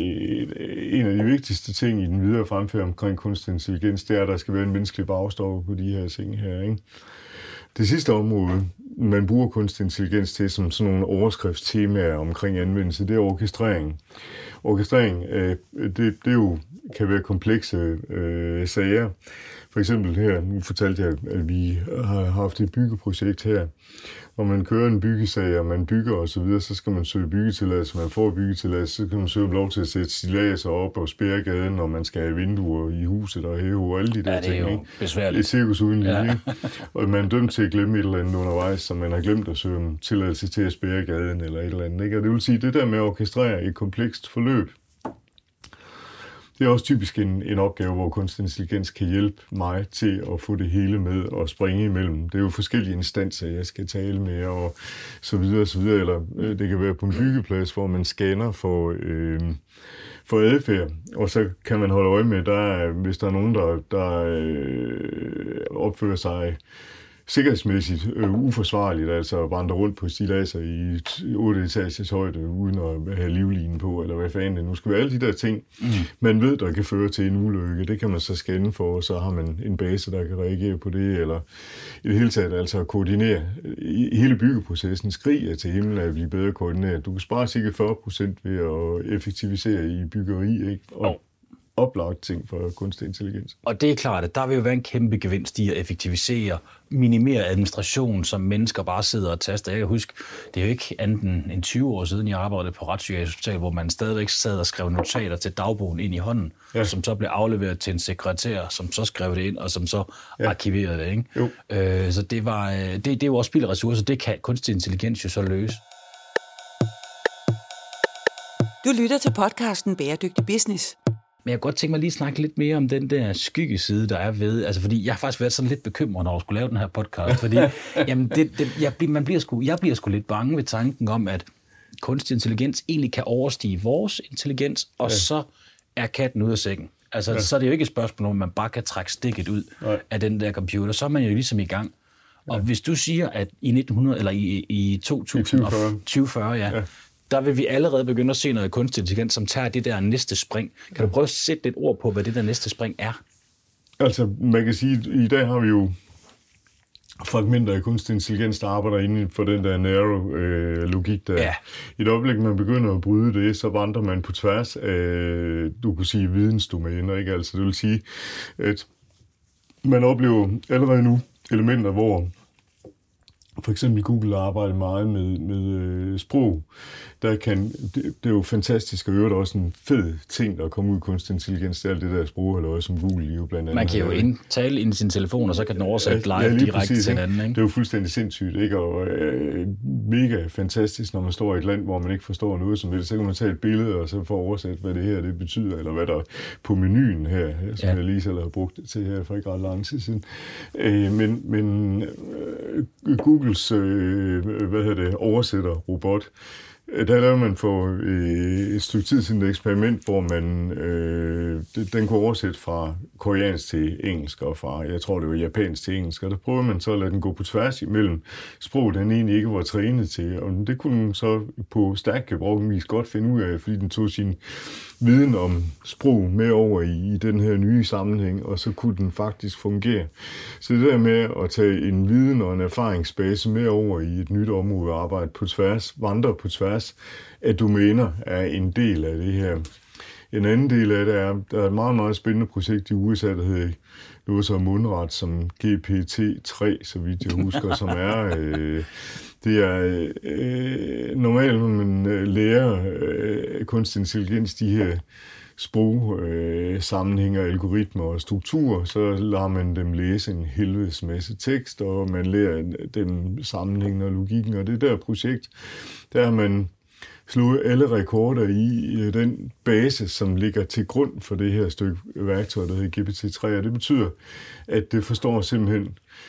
S1: en af de vigtigste ting i den videre fremfærd omkring kunstig intelligens, det er, at der skal være en menneskelig bagstopper på de her ting her, ikke? Det sidste område, man bruger kunstig intelligens til som sådan nogle overskriftstemaer omkring anvendelse, det er orkestrering. Orkestrering, øh, det, det jo kan være komplekse øh, sager. For eksempel her, nu fortalte jeg, at vi har haft et byggeprojekt her, hvor man kører en byggesag, og man bygger og så videre, så skal man søge byggetilladelse, man får byggetilladelse, så kan man søge lov til at sætte stilladser op og spærre gaden, når man skal have vinduer i huset og hæve og alle de der
S2: ja, det er
S1: ting.
S2: Jo besværligt.
S1: Det er cirkus uden lige.
S2: Ja.
S1: Og man er dømt til at glemme et eller andet undervejs, så man har glemt at søge om tilladelse til at spærre gaden eller et eller andet. Ikke? Og det vil sige, det der med at orkestrere et komplekst forløb, det er også typisk en, en opgave, hvor kunstig intelligens kan hjælpe mig til at få det hele med og springe imellem. Det er jo forskellige instanser, jeg skal tale med, og så videre, så videre. Eller det kan være på en byggeplads, hvor man scanner for, øh, for adfærd, og så kan man holde øje med, der, hvis der er nogen, der, der øh, opfører sig sikkerhedsmæssigt øh, uforsvarligt, altså vandre rundt på stilladser i otte etagers højde, uden at have livlinen på, eller hvad fanden det nu skal være. Alle de der ting, mm. man ved, der kan føre til en ulykke, det kan man så scanne for, og så har man en base, der kan reagere på det, eller i det hele taget altså koordinere hele byggeprocessen, skriger til himlen at blive bedre koordineret. Du kan spare cirka fyrre procent ved at effektivisere i byggeri, ikke? Og oh. oplagt ting for kunstig intelligens.
S2: Og det er klart, at der vil jo være en kæmpe gevinst i at effektivisere, minimere administration, som mennesker bare sidder og taster. Jeg kan huske, det er jo ikke andet end tyve år siden, jeg arbejdede på Retspsykiatrisk Hospital, hvor man stadigvæk sad og skrev notater til dagbogen ind i hånden, ja. som så blev afleveret til en sekretær, som så skrev det ind, og som så ja. arkiverede det. Ikke? Jo. Øh, så det, var, det, det er jo også spild af ressourcer, det kan kunstig intelligens jo så løse.
S3: Du lytter til podcasten Bæredygtig Business.
S2: Men jeg kunne godt tænke mig lige at snakke lidt mere om den der skyggeside, der er ved, altså fordi jeg har faktisk været sådan lidt bekymret, når jeg skulle lave den her podcast, fordi jamen det, det, jeg, man bliver sgu, jeg bliver sgu lidt bange ved tanken om, at kunstig intelligens egentlig kan overstige vores intelligens, og ja. så er katten ud af sækken. Altså ja. så er det jo ikke et spørgsmål, om man bare kan trække stikket ud Nej. af den der computer, så er man jo ligesom i gang. Og ja. hvis du siger, at i nitten hundrede eller i, i to tusind og tyve fyrre, ja, ja. der vil vi allerede begynde at se noget kunstig intelligens, som tager det der næste spring. Kan du prøve at sætte lidt ord på, hvad det der næste spring er?
S1: Altså, man kan sige, at i dag har vi jo fragmenter af kunstig intelligens, der arbejder inden for den der narrow-logik der. Ja. I et øjeblik, man begynder at bryde det, så vandrer man på tværs af, du kunne sige, vidensdomæner, ikke? Altså, det vil sige, at man oplever allerede nu elementer, hvor for eksempel Google arbejder meget med, med øh, sprog. Der kan, det, det er jo fantastisk, og øvrigt også en fed ting, der kommer ud i kunstig intelligens. Det er alt det der sprog, eller som Google jo blandt andet.
S2: Man kan jo ind, tale ind i sin telefon, og så kan den oversætte live ja, ja, direkte præcis, til anden. Ikke?
S1: Det er jo fuldstændig sindssygt, ikke? Og øh, mega fantastisk, når man står i et land, hvor man ikke forstår noget som det. Så kan man tage et billede, og så få oversat, hvad det her det betyder, eller hvad der er på menuen her, som ja. jeg lige selv har brugt det til her for ikke ret lang tid siden. Øh, men men øh, Google Øh, hvad hedder det, oversætter robot. Der lavede man for øh, et stykke tid siden et eksperiment, hvor man øh, den kunne oversætte fra koreansk til engelsk, og fra, jeg tror det var japansk til engelsk, og der prøvede man så at lade den gå på tværs imellem sprog, den egentlig ikke var trænet til, og det kunne den så på stærk gebrugvis godt finde ud af, fordi den tog sin viden om sprog med over i, i den her nye sammenhæng, og så kunne den faktisk fungere. Så det der med at tage en viden og en erfaringsbase med over i et nyt område og arbejde på tværs, vandre på tværs af domæner, er en del af det her En anden del af det er, der er et meget, meget spændende projekt i U S A, der hedder noget så mundret som G P T tre, så vidt jeg husker, som er... Øh, det er øh, normalt, når man øh, lærer øh, kunstig intelligens, de her sprog, øh, sammenhænger, algoritmer og strukturer, så lader man dem læse en helvedes masse tekst, og man lærer dem sammenhængen og logikken. Og det der projekt, der har man slået alle rekorder i den base, som ligger til grund for det her stykke værktøj, der hedder G P T tre. Og det betyder, at det forstår simpelthen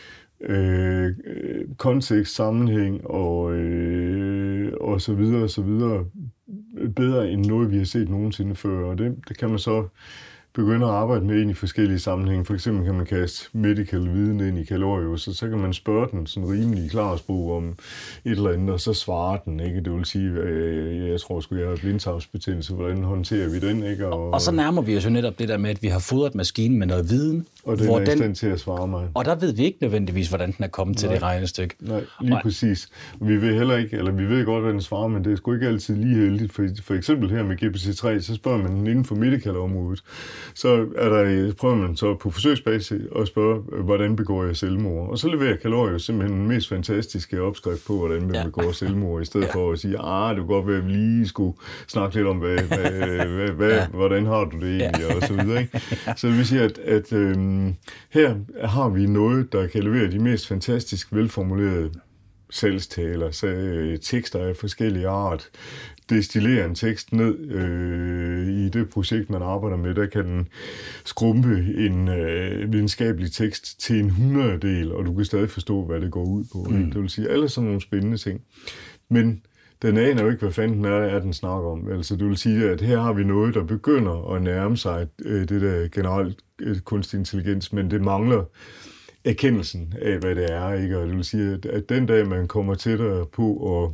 S1: øh, kontekst, sammenhæng og, øh, og så videre og så videre bedre end noget, vi har set nogensinde før. Og det, det kan man så begynde at arbejde med ind i forskellige sammenhænge. For eksempel kan man kaste medical viden ind i Kalorius, og så kan man spørge den sådan rimelig klar sprog om et eller andet, og så svarer den, ikke? Det vil sige, øh, jeg tror sgu, jeg har blindtarmsbetændelse, hvordan håndterer vi den, ikke? Og,
S2: og så nærmer vi os jo netop det der med, at vi har fodret maskinen med noget viden.
S1: Og den
S2: hvor
S1: er i stand til at svare mig.
S2: Og der ved vi ikke nødvendigvis, hvordan den er kommet til
S1: Nej.
S2: det regnestykke.
S1: Nej, lige og præcis. Og vi ved heller ikke, eller vi ved godt, hvad den svarer, men det er sgu ikke altid lige heldigt. For, for eksempel her med G P T tre, så spørger man den inden for medical-området. Så er der, prøver man så på forsøgsbasis at spørge, hvordan begår jeg selvmord? Og så leverer Kalorius simpelthen den mest fantastiske opskrift på, hvordan man ja. begår selvmord, i stedet ja. for at sige, ah, det kunne godt være, at vi lige skulle snakke lidt om, hvad, hvad, hvad, hvad, ja. hvordan har du det egentlig, ja. og så videre. Ikke? Så det vil sige, at, at øhm, her har vi noget, der kan levere de mest fantastisk velformulerede salgstaler, så, øh, tekster af forskellige art, destillere en tekst ned øh, i det projekt, man arbejder med, der kan den skrumpe en øh, videnskabelig tekst til en hundrededel, og du kan stadig forstå, hvad det går ud på. Mm. Det vil sige, alle sådan nogle spændende ting. Men den aner jo ikke, hvad fanden er, er den snakker om. Altså, det vil sige, at her har vi noget, der begynder at nærme sig øh, det der generelt øh, kunstig intelligens, men det mangler erkendelsen af, hvad det er, ikke? Og det vil sige, at, at den dag, man kommer tættere på at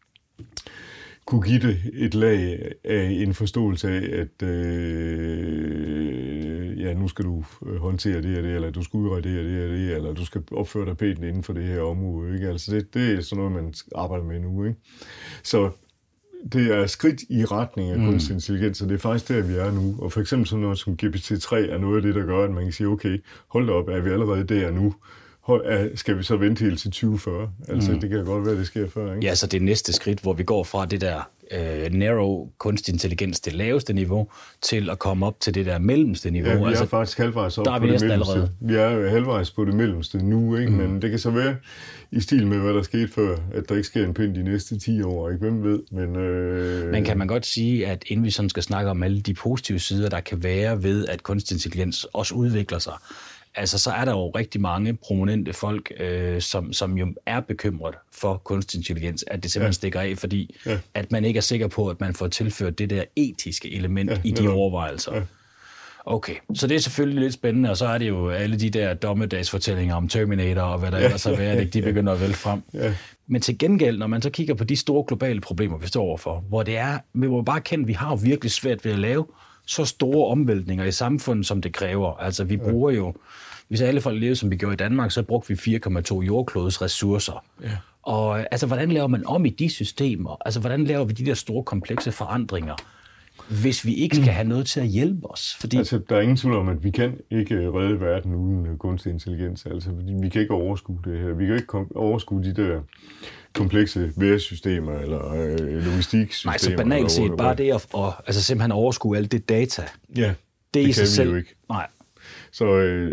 S1: kunne give det et lag af en forståelse af, at øh, ja, nu skal du håndtere det og det, eller du skal udrette det og det og det, eller du skal opføre dig pænt inden for det her område, ikke? Altså det, det er sådan noget, man arbejder med nu, ikke? Så det er skridt i retning af kunstig intelligens, og det er faktisk der, vi er nu. Og for eksempel sådan noget som G P T tre er noget af det, der gør, at man kan sige, okay, hold da op, er vi allerede der nu? Skal vi så vente helt til tyve fyrre? Altså, mm. det kan godt være, det sker før, ikke?
S2: Ja, så det er næste skridt, hvor vi går fra det der øh, narrow kunstig intelligens, det laveste niveau, til at komme op til det der mellemste niveau.
S1: Ja, vi er
S2: altså,
S1: faktisk halvvejs op
S2: der er
S1: på
S2: vi
S1: det mellemste.
S2: Allerede.
S1: Vi er halvvejs på det mellemste nu, ikke? Mm. Men det kan så være i stil med, hvad der skete før, at der ikke sker en pind de næste ti år, ikke? Hvem ved? Men, øh...
S2: Men kan man godt sige, at inden vi sådan skal snakke om alle de positive sider, der kan være ved, at kunstig intelligens også udvikler sig, altså, så er der jo rigtig mange prominente folk, øh, som, som jo er bekymret for kunstig intelligens, at det simpelthen ja. stikker af, fordi ja. at man ikke er sikker på, at man får tilført det der etiske element ja, i de overvejelser. Ja. Okay, så det er selvfølgelig lidt spændende, og så er det jo alle de der dommedagsfortællinger om Terminator og hvad der ellers har været, de begynder at vælte frem. Ja. Men til gengæld, når man så kigger på de store globale problemer, vi står overfor, hvor det er, vi må bare kende, at vi har virkelig svært ved at lave så store omvæltninger i samfundet, som det kræver. Altså, vi bruger jo, hvis alle folk levede, som vi gjorde i Danmark, så brugte vi fire komma to jordklodes ressourcer. Ja. Og altså, hvordan laver man om i de systemer? Altså, hvordan laver vi de der store, komplekse forandringer, hvis vi ikke skal have noget til at hjælpe os? Fordi...
S1: Altså, der er ingen tvivl om, at vi kan ikke redde verden uden kunstig intelligens. Altså, vi kan ikke overskue det her. Vi kan ikke overskue de der komplekse væresystemer eller øh, logistiksystemer.
S2: Nej, så banalt set bare det at og, altså simpelthen overskue alt det data.
S1: Ja, det,
S2: det
S1: kan
S2: i sig
S1: vi
S2: selv.
S1: jo ikke.
S2: Nej.
S1: Så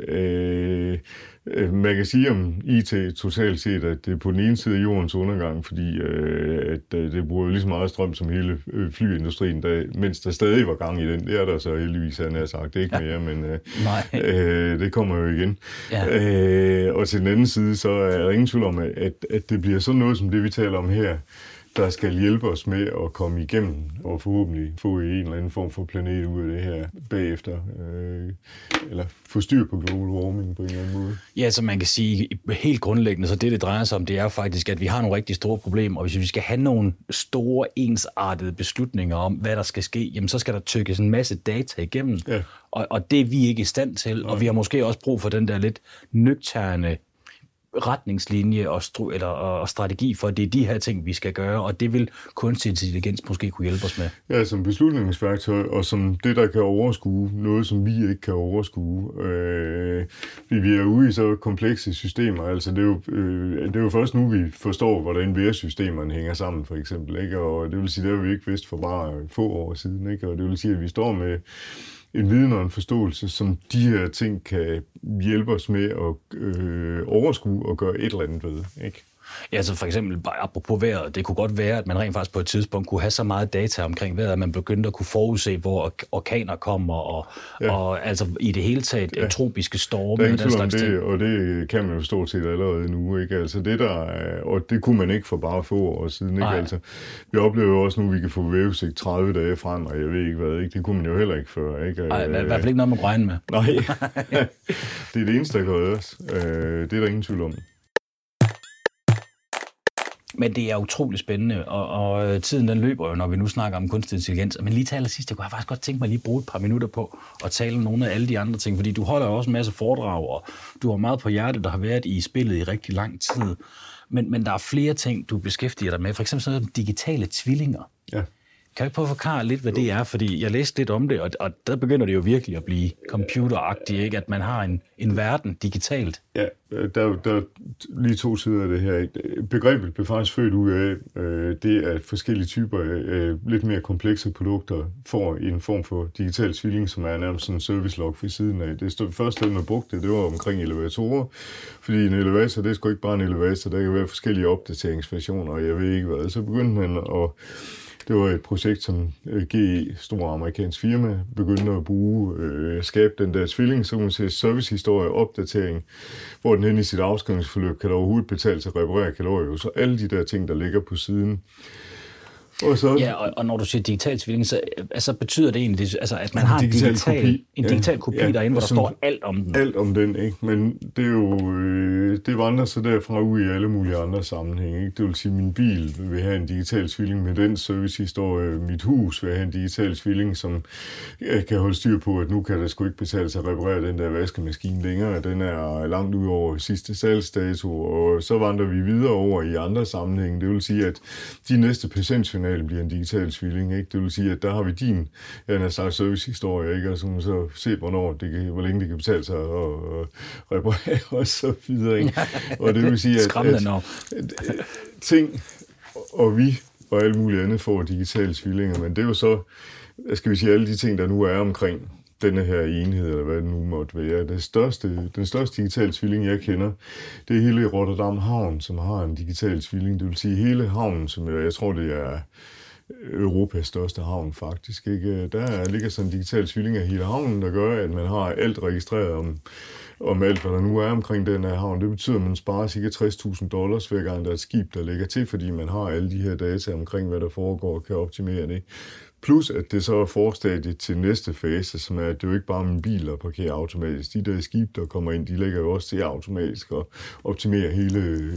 S1: øh, øh, man kan sige om I T totalt set, at det er på den ene side af jordens undergang, fordi øh, at, øh, det bruger lige så meget strøm som hele øh, flyindustrien, der, mens der stadig var gang i den. Det er der så heldigvis, han har sagt. Det er ikke ja. mere, men øh, øh, det kommer jo igen. Ja. Øh, og til den anden side, så er der ingen tvivl om, at, at det bliver sådan noget som det, vi taler om her, der skal hjælpe os med at komme igennem og forhåbentlig få en eller anden form for planet ud af det her bagefter. Øh, eller få styr på global warming på en eller anden måde.
S2: Ja, så man kan sige helt grundlæggende, så det, det drejer sig om, det er faktisk, at vi har nogle rigtig store problemer, og hvis vi skal have nogle store, ensartede beslutninger om, hvad der skal ske, jamen så skal der tykkes en masse data igennem, ja. og, og det er vi ikke i stand til, Nej. og vi har måske også brug for den der lidt nøgterne retningslinje og, stru- eller, og strategi for, at det er de her ting, vi skal gøre, og det vil kunstig intelligens måske kunne hjælpe os med.
S1: Ja, som beslutningsværktøj, og som det, der kan overskue noget, som vi ikke kan overskue. Øh, vi er ude i så komplekse systemer, altså det er, jo, øh, det er jo først nu, vi forstår, hvordan V R-systemerne hænger sammen, for eksempel, ikke? Og det vil sige, det har vi ikke vidst for bare få år siden, ikke? Og det vil sige, at vi står med en viden og en forståelse, som de her ting kan hjælpe os med at øh, overskue og gøre et eller andet ved, ikke?
S2: Ja, så for eksempel, bare apropos vejret, det kunne godt være, at man rent faktisk på et tidspunkt kunne have så meget data omkring vejret, at man begyndte at kunne forudse, hvor orkaner kommer, og, ja. og altså i det hele taget ja. tropiske storme.
S1: Der er ingen tvivl om det, og det kan man jo stort set allerede nu, ikke? Altså det der, og det kunne man ikke for bare få år siden, ikke? Altså, vi oplever jo også nu, at vi kan få vævesigt tredive dage frem, og jeg ved ikke hvad, ikke? Det kunne man jo heller ikke før, ikke?
S2: Nej, i hvert fald ikke noget, man kunne regne med.
S1: Nej, det er det eneste, der gør os. Det er der ingen tvivl om.
S2: Men det er utrolig spændende, og, og tiden den løber jo, når vi nu snakker om kunstig intelligens. Men lige til allersidst, jeg kunne faktisk godt tænke mig lige at bruge et par minutter på at tale om nogle af alle de andre ting, fordi du holder jo også en masse foredrag, og du har meget på hjertet, der har været i spillet i rigtig lang tid. Men, men der er flere ting, du beskæftiger dig med, for eksempel sådan noget digitale tvillinger. Ja. Kan du prøve at forklare lidt, hvad det er? Fordi jeg læste lidt om det, og, og der begynder det jo virkelig at blive computeragtigt, ikke? At man har en, en verden digitalt.
S1: Ja, der, der er lige to sider af det her. Begrebet blev faktisk født ud af øh, det, at forskellige typer af lidt mere komplekse produkter får en form for digital tvilling, som er nærmest sådan en service log ved siden af. Det stod første sted, man brugte det, det var omkring elevatorer. Fordi en elevator, det er sgu ikke bare en elevator, der kan være forskellige opdateringsversioner, og jeg ved ikke hvad. Så begyndte man at Det var et projekt, som G E, stor amerikansk firma, begyndte at bruge, øh, skabe den der tvilling, så kan man sige servicehistorie og opdatering, hvor den hen i sit afskrivningsforløb kan der overhovedet betale til at reparere kalorier, så alle de der ting, der ligger på siden.
S2: Og så, ja, og, og når du siger digital tvilling, så altså, betyder det egentlig, altså, at man har en digital, digital kopi, en digital kopi ja, derinde, hvor der står alt om den.
S1: Alt om den, ikke? Men det er jo, øh, det vandrer så derfra ud i alle mulige andre sammenhænge, ikke? Det vil sige, at min bil vil have en digital tvilling med den servicehistorie. Mit hus vil have en digital tvilling, som jeg kan holde styr på, at nu kan der sgu ikke betale sig at reparere den der vaskemaskine længere. Den er langt ud over sidste salgsdato, og så vandrer vi videre over i andre sammenhænge. Det vil sige, at de næste patientjournaler bliver en digital tvilling, ikke? Det vil sige, at der har vi din, jeg har sagt, servicehistorie, ikke? Og så, så se, hvornår det kan, hvor længe det kan betale sig og, og reparere og så videre, ikke? Og det vil sige, at, at, at, at ting og vi og alt muligt andet får digitale tvillinger, men det er jo så, skal vi sige, alle de ting, der nu er omkring denne her enhed, eller hvad det nu måtte være. Det største, den største digitale tvilling, jeg kender, det er hele Rotterdam Havn, som har en digital tvilling. Det vil sige hele havnen, som jeg tror, det er Europas største havn faktisk. Ikke? Der ligger sådan en digital tvilling af hele havnen, der gør, at man har alt registreret om, om alt, hvad der nu er omkring den her havn. Det betyder, at man sparer cirka tres tusind dollars hver gang, der er et skib, der ligger til, fordi man har alle de her data omkring, hvad der foregår, og kan optimere det. Plus, at det så er forstadiet til næste fase, som er, at det jo ikke bare min bil, der parkerer automatisk. De der skib, der kommer ind, de lægger jo også til automatisk og optimerer hele,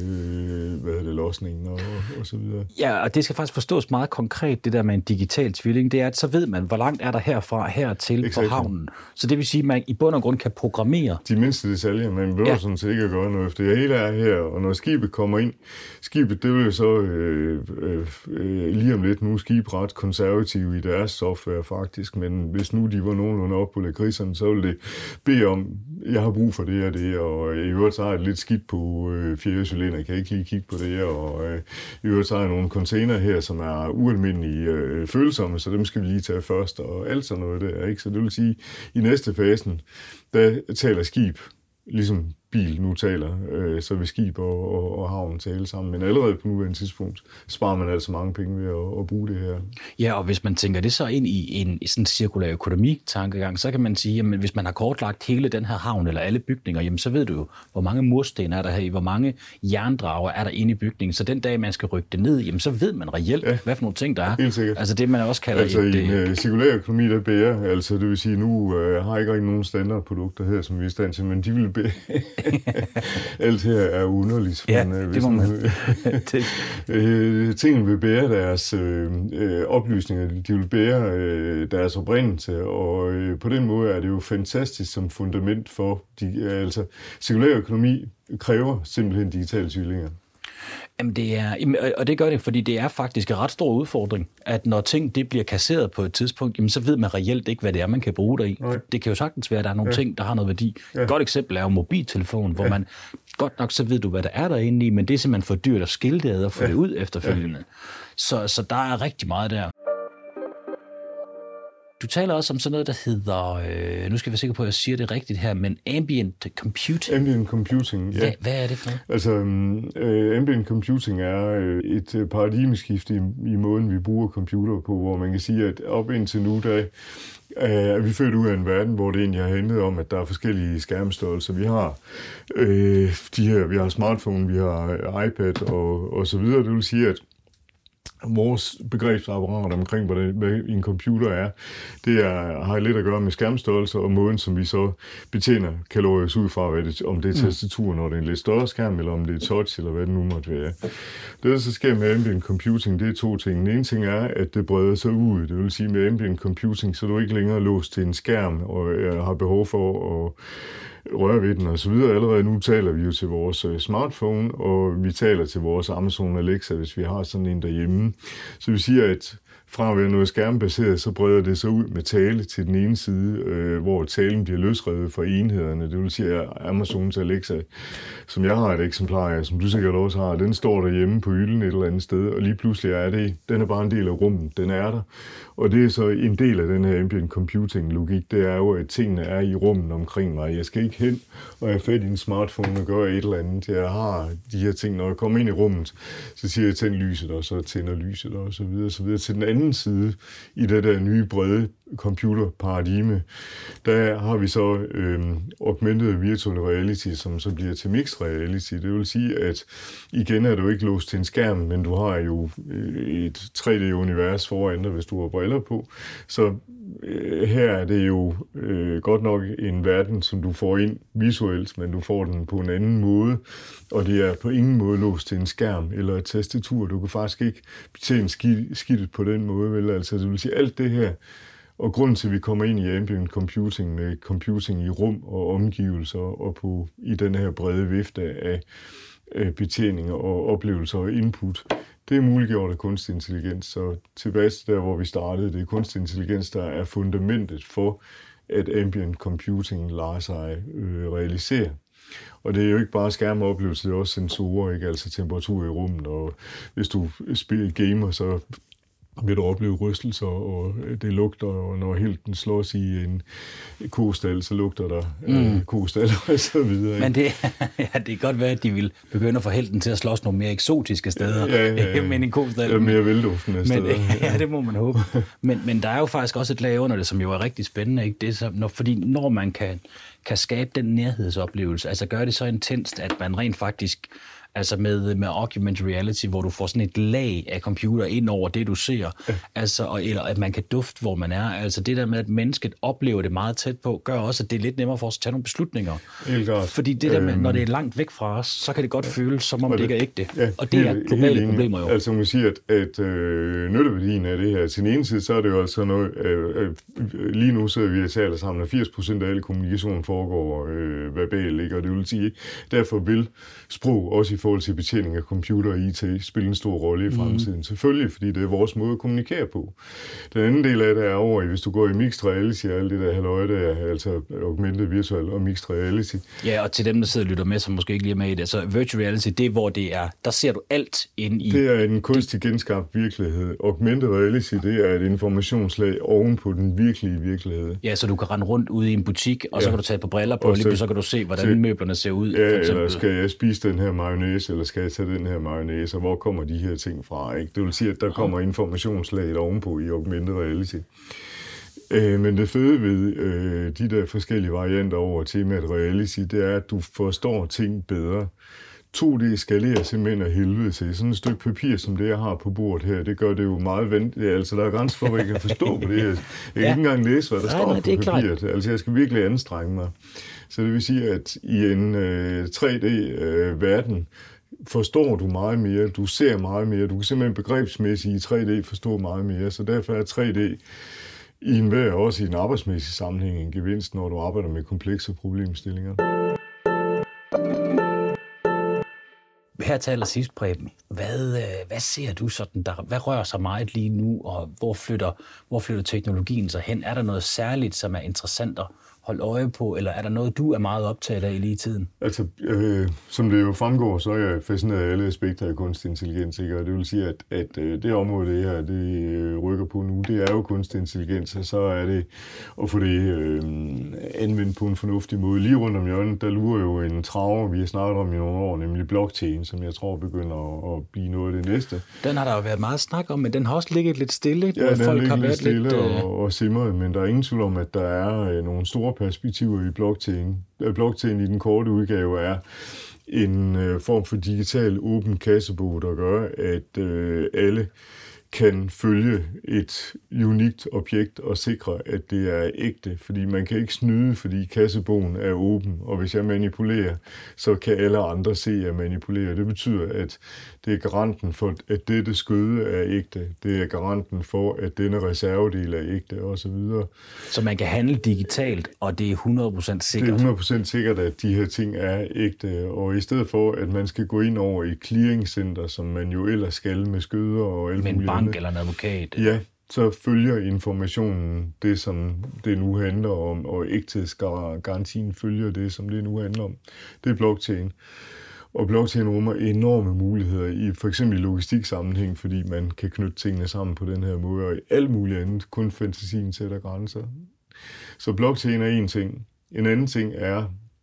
S1: øh, hvad er det, losningen og, og så videre.
S2: Ja, og det skal faktisk forstås meget konkret, det der med en digital tvilling. Det er, at så ved man, hvor langt er der herfra hertil exactly. På havnen. Så det vil sige, at man i bund og grund kan programmere.
S1: De mindste detaljer, man behøver ja. Sådan set ikke at gøre noget efter. Det hele er her, og når skibet kommer ind, skibet, det vil jo så øh, øh, øh, lige om lidt nu skib ret konservative i deres software faktisk, men hvis nu de var nogenlunde oppe på lakridserne, så ville det bede om, jeg har brug for det og det, og i øvrigt så har jeg lidt skidt på øh, fjerde cylinder, kan jeg ikke lige kigge på det, og øh, i øvrigt så har jeg nogle container her, som er ualmindelige øh, følsomme, så dem skal vi lige tage først, og alt sådan noget der, ikke? Så det vil sige, i næste fasen, der taler skib, ligesom bil nu taler, øh, så vil skib og, og, og havn tale sammen. Men allerede på nuværende tidspunkt sparer man altså mange penge ved at, at bruge det her.
S2: Ja, og hvis man tænker det så ind i en i sådan en cirkulær økonomi-tankegang, så kan man sige, at hvis man har kortlagt hele den her havn eller alle bygninger, jamen så ved du jo, hvor mange mursten er der her i, hvor mange jerndrager er der inde i bygningen. Så den dag, man skal rykke det ned, jamen så ved man reelt, ja. Hvad for nogle ting der er.
S1: Helt sikkert.
S2: Altså det, man også kalder
S1: altså,
S2: et...
S1: i en uh, cirkulær økonomi, der bærer, altså det vil sige, nu uh, har jeg ikke rigtig nogen standardprodukter her, som vi er i stand til, men de vil bære, Alt her er underligt.
S2: Ja,
S1: men,
S2: det må man.
S1: øh, tingene vil bære deres øh, oplysninger, de vil bære øh, deres oprindelse, og øh, på den måde er det jo fantastisk som fundament for, de, altså cirkulær økonomi kræver simpelthen digitale tvillinger.
S2: Jamen det er, og det gør det, fordi det er faktisk en ret stor udfordring, at når ting det bliver kasseret på et tidspunkt, jamen så ved man reelt ikke, hvad det er, man kan bruge det i. Nej. Det kan jo sagtens være, at der er nogle ja. ting, der har noget værdi. Ja. Et godt eksempel er jo mobiltelefon, hvor ja. man godt nok så ved du, hvad der er derinde i, men det er simpelthen for dyrt at skille det ad og få ja. det ud efterfølgende. Ja. Så, så der er rigtig meget der. Du taler også om sådan noget, der hedder, øh, nu skal jeg være sikker på, at jeg siger det rigtigt her, men ambient computing.
S1: Ambient computing, ja.
S2: Hvad, hvad er det for noget?
S1: Altså, øh, ambient computing er øh, et paradigmeskift i, i måden, vi bruger computer på, hvor man kan sige, at op indtil nu, der er vi født ud af en verden, hvor det egentlig har handlet om, at der er forskellige skærmstørrelser. Vi har øh, de her, vi har smartphone, vi har iPad og, og så videre. Det vil sige, at vores begrebsapparat omkring, hvad, det, hvad en computer er, det er, har lidt at gøre med skærmstørrelse og måden, som vi så betjener kalorier ud fra, hvad det, om det er tastatur, når det er en lidt større skærm, eller om det er touch, eller hvad det nu måtte være. Det, der så sker med ambient computing, det er to ting. Den ene ting er, at det breder sig ud. Det vil sige, med ambient computing, så er du ikke længere låst til en skærm, og har behov for at røre ved den og så videre. Allerede nu taler vi jo til vores smartphone, og vi taler til vores Amazon Alexa, hvis vi har sådan en derhjemme. Så vi siger, at fra at være noget skærmbaseret, så breder det sig ud med tale til den ene side, øh, hvor talen bliver løsrevet fra enhederne. Det vil sige, at Amazons Alexa, som jeg har et eksemplar af, som du sikkert også har, den står derhjemme på hylden et eller andet sted, og lige pludselig er det, den er bare en del af rummet, den er der. Og det er så en del af den her ambient computing-logik, det er jo, at tingene er i rummet omkring mig. Jeg skal ikke hen og have fat i en smartphone og gøre et eller andet. Jeg har de her ting, når jeg kommer ind i rummet, så siger jeg, tænd lyset, og så tænder lyset, og så videre, så videre. Til den anden side i det der nye brede computerparadigme, der har vi så øh, augmented virtual reality, som så bliver til mixed reality. Det vil sige, at igen er du ikke låst til en skærm, men du har jo et tre D-univers foran dig, hvis du har briller på. Så øh, her er det jo øh, godt nok en verden, som du får ind visuelt, men du får den på en anden måde, og det er på ingen måde låst til en skærm eller et tastatur. Du kan faktisk ikke betjene skidtet på den måde, vel? Altså, det vil sige, alt det her. Og grunden til, at vi kommer ind i ambient computing med computing i rum og omgivelser og på, i den her brede vifte af, af betjeninger og oplevelser og input, det er muliggjort af kunstig intelligens. Så tilbage til der, hvor vi startede, det er kunstig intelligens, der er fundamentet for, at ambient computing lader sig øh, realisere. Og det er jo ikke bare skærmoplevelser, det er også sensorer, ikke? Altså temperatur i rummet, og hvis du spiller gamer, så vil du opleve rystelser, og det lugter, og når helt den slås i en kostal, så lugter der mm. øh, kostal og så videre. Ikke?
S2: Men det, ja, det kan godt være, at de vil begynde at få helten til at slås nogle mere eksotiske steder,
S1: ja, ja, ja.
S2: men en kostal.
S1: Eller mere velduftende steder.
S2: Men, ja, det må man håbe. Men, men der er jo faktisk også et lag under det, som jo er rigtig spændende, ikke? Det er så, når, fordi når man kan, kan skabe den nærhedsoplevelse, altså gør det så intenst, at man rent faktisk altså med, med augmented reality, hvor du får sådan et lag af computer ind over det, du ser, ja. altså, og, eller at man kan dufte, hvor man er. Altså det der med, at mennesket oplever det meget tæt på, gør også, at det er lidt nemmere for os at tage nogle beslutninger.
S1: Helt klart.
S2: Fordi det der med, øhm, når det er langt væk fra os, så kan det godt ja. føles, som om det, det ikke er ægte.
S1: Ja,
S2: og det helt, er globale problemer jo.
S1: Altså man kan sige, at, at øh, nytteværdien af det her, til den ene side, så er det jo altså noget, øh, øh, lige nu sidder vi og taler sammen, at firs procent af al kommunikation foregår øh, verbalt, ikke? Og det vil sige, derfor vil sprog også i forhold til betjening af computer og I T spille en stor rolle i fremtiden. Mm. Selvfølgelig, fordi det er vores måde at kommunikere på. Den anden del af det er over i, hvis du går i mixed reality, alt det der halløj, der er altså augmented virtual og mixed reality.
S2: Ja, og til dem, der sidder og lytter med, som måske ikke lige er med i det, så virtual reality, det er, hvor det er, der ser du alt ind i.
S1: Det er en kunstig genskabt virkelighed. Augmented reality, det er et informationslag oven på den virkelige virkelighed.
S2: Ja, så du kan rende rundt ude i en butik, og ja. så kan du tage et par briller på, og lige så kan du se, hvordan se, møblerne ser ud.
S1: Ja, for eller skal jeg spise den her mayonnaise, eller skal jeg tage den her mayonnaise, og hvor kommer de her ting fra? Ikke? Det vil sige, at der kommer informationslaget ovenpå i augmented reality. Øh, men det fede ved øh, de der forskellige varianter over temaet reality, det er, at du forstår ting bedre. to D skalerer simpelthen af helvede til. Sådan et stykke papir, som det, jeg har på bordet her, det gør det jo meget venligt. Altså, der er grænser for, hvad jeg kan forstå på det her. Jeg kan ja. ikke engang læse, hvad der nej, står nej, på papiret. Klart. Altså, jeg skal virkelig anstrenge mig. Så det vil sige, at i en øh, tre D-verden, øh, forstår du meget mere, du ser meget mere, du kan simpelthen begrebsmæssigt i tre D forstå meget mere, så derfor er tre D i enhver, også i en arbejdsmæssig sammenhæng, en gevinst, når du arbejder med komplekse problemstillinger.
S2: Her til allersidst, Preben, hvad, hvad ser du sådan, der, hvad rører sig meget lige nu, og hvor flytter, hvor flytter teknologien sig hen? Er der noget særligt, som er interessant at holde øje på, eller er der noget, du er meget optaget af lige i tiden?
S1: Altså, øh, som det jo fremgår, så er jeg fascineret af alle aspekter af kunstig intelligens, ikke? Og det vil sige, at, at det område, det her det rykker på nu, det er jo kunstig intelligens, og så er det at få det øh, anvendt på en fornuftig måde. Lige rundt om hjørnet, der lurer jo en traver, vi har snakket om i nogle år, nemlig blockchain, som jeg tror begynder at, at blive noget af det næste.
S2: Den har der jo været meget snak om, men den har også ligget lidt stille.
S1: Ja, den folk har ligget lidt stille lidt, og, og simret, men der er ingen tvivl om, at der er nogle store perspektiver i blockchain. Blockchain i den korte udgave er en øh, form for digital åben kassebog, der gør, at øh, alle kan følge et unikt objekt og sikre, at det er ægte. Fordi man kan ikke snyde, fordi kassebogen er åben, og hvis jeg manipulerer, så kan alle andre se, at jeg manipulerer. Det betyder, at det er garanten for, at dette skøde er ægte. Det er garanten for, at denne reservedel er ægte, osv.
S2: Så man kan handle digitalt, og det er hundrede procent sikkert?
S1: Det er hundrede procent sikkert, at de her ting er ægte. Og i stedet for, at man skal gå ind over et clearingcenter, som man jo ellers skal med skøder og alt muligt
S2: andet. Eller en advokat.
S1: Ja, så følger informationen det, som det nu handler om, og ægthedsgarantien følger det, som det nu handler om. Det er blockchain. Og blockchain rummer enorme muligheder i for eksempel logistiksammenhæng, fordi man kan knytte tingene sammen på den her måde, og i alt muligt andet, kun fantasien sætter grænser. Så blockchain er en ting. En anden ting er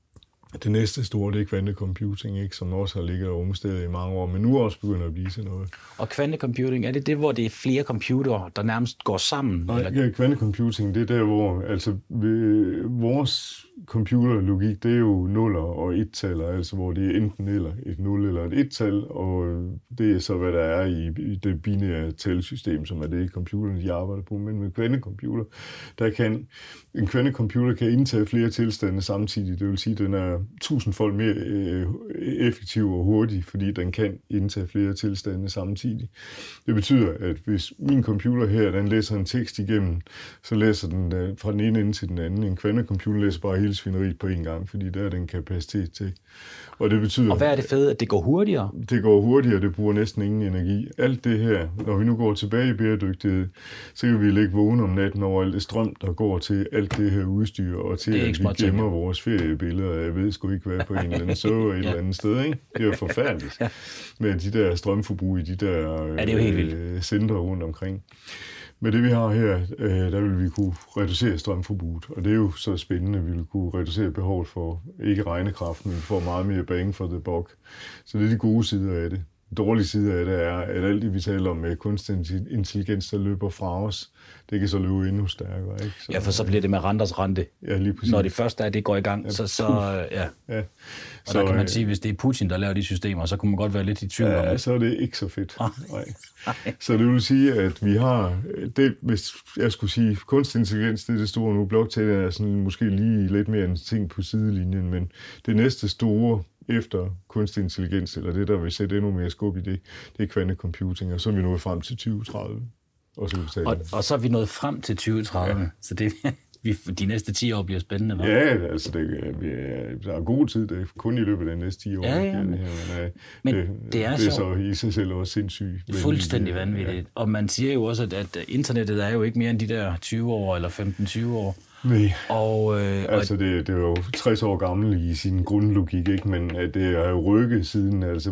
S1: det næste store, det er kvantecomputing, ikke, som også har ligget og rumstedet i mange år, men nu også begynder at blive til noget.
S2: Og kvantecomputing, er det det, hvor det er flere computere, der nærmest går sammen?
S1: Nej, eller? Ja, kvantecomputing, det er der, hvor altså, ved, vores computerlogik, det er jo nuller og et-taller, altså hvor det er enten eller et nul eller et et-tal, og det er så, hvad der er i, i det binære talsystem, som er det, computerne de arbejder på. Men med kvantecomputer, der kan en kvantecomputer kan indtage flere tilstande samtidig, det vil sige, at den er tusindfold mere øh, effektiv og hurtig, fordi den kan indtage flere tilstande samtidig. Det betyder, at hvis min computer her, den læser en tekst igennem, så læser den øh, fra den ene ende til den anden. En kvantecomputer læser bare hele svineriet på en gang, fordi der er den kapacitet til. Og det betyder...
S2: Og hvad er det fede, at det går hurtigere?
S1: Det går hurtigere, det bruger næsten ingen energi. Alt det her, når vi nu går tilbage i bæredygtighed, så kan vi ligge vågne om natten over alt det strøm, der går til alt det her udstyr, og til at vi gemmer vores feriebilleder. Jeg ved sgu ikke, hvad på en eller anden server et eller andet sted, ikke? Det er jo forfærdeligt. Ja. Med de der strømforbrug i de der
S2: ja, det er jo helt vildt.
S1: øh, centre rundt omkring. Med det, vi har her, øh, der vil vi kunne reducere strømforbruget, og det er jo så spændende, vi vil kunne reducere behovet for ikke regnekraft, men for meget mere bang for the buck. Så det er de gode sider af det. Dårlige sider af det er, at alt det, vi taler om med kunstig intelligens, der løber fra os, det kan så løbe endnu stærkere. Ikke? Så,
S2: ja, for så bliver det med renters rente.
S1: Ja, lige præcis.
S2: Når det første er, det går i gang, ja, så, så ja. ja. Og så, der kan man sige, hvis det er Putin, der laver de systemer, så kunne man godt være lidt i tvivl
S1: ja,
S2: om det.
S1: så er det ikke så fedt. Nej. Så det vil sige, at vi har, det, hvis jeg skulle sige, kunstig intelligens, det er det store nu, blockchain er sådan måske lige lidt mere en ting på sidelinjen, men det næste store efter kunstig intelligens, eller det, der vil sætte endnu mere skub i det, det er kvantecomputing, og så er vi nået frem til tyve tredive. Og så,
S2: og, og så er vi nået frem til tyve tredive, ja. Så det, vi, de næste ti år bliver spændende. Hva?
S1: Ja, altså det, vi er, der er god tid, det er kun i løbet af de næste ti år.
S2: Ja, ja.
S1: Det her,
S2: men,
S1: men
S2: det, det er,
S1: det er så i sig selv også sindssygt.
S2: Fuldstændig vanvittigt. Ja. Og man siger jo også, at, at internettet er jo ikke mere end de der tyve år, eller femten tyve år.
S1: Nej,
S2: og, øh,
S1: altså det, det er jo tres år gammel i sin grundlogik, ikke? Men at det er jo rykket siden, altså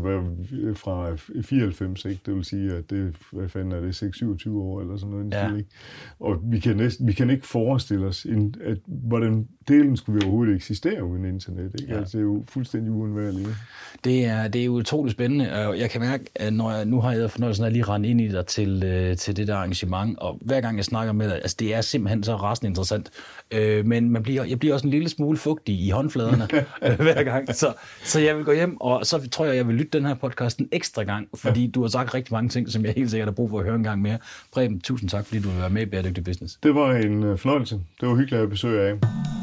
S1: fra fireoghalvfems, ikke? Det vil sige, at det, hvad fanden er det, seks syvogtyve år eller sådan noget.
S2: Ja.
S1: Ikke? Og vi kan, næsten, vi kan ikke forestille os, at hvordan delen skulle vi overhovedet eksistere uden internet, ikke? Ja. Altså det er jo fuldstændig uundværligt.
S2: Det er, det er jo utroligt spændende, og jeg kan mærke, at når jeg, nu har jeg fornøjelsen af at lige rende ind i dig til, til det der arrangement, og hver gang jeg snakker med dig, altså det er simpelthen så rasende interessant, øh, men man bliver, jeg bliver også en lille smule fugtig i håndfladerne øh, hver gang. Så, så jeg vil gå hjem, og så tror jeg, jeg vil lytte den her podcast en ekstra gang, fordi ja. du har sagt rigtig mange ting, som jeg helt sikkert har brug for at høre en gang mere. Preben, tusind tak, fordi du vil være med i Bæredygtig Business.
S1: Det var en fornøjelse. Det var hyggeligt at besøge af.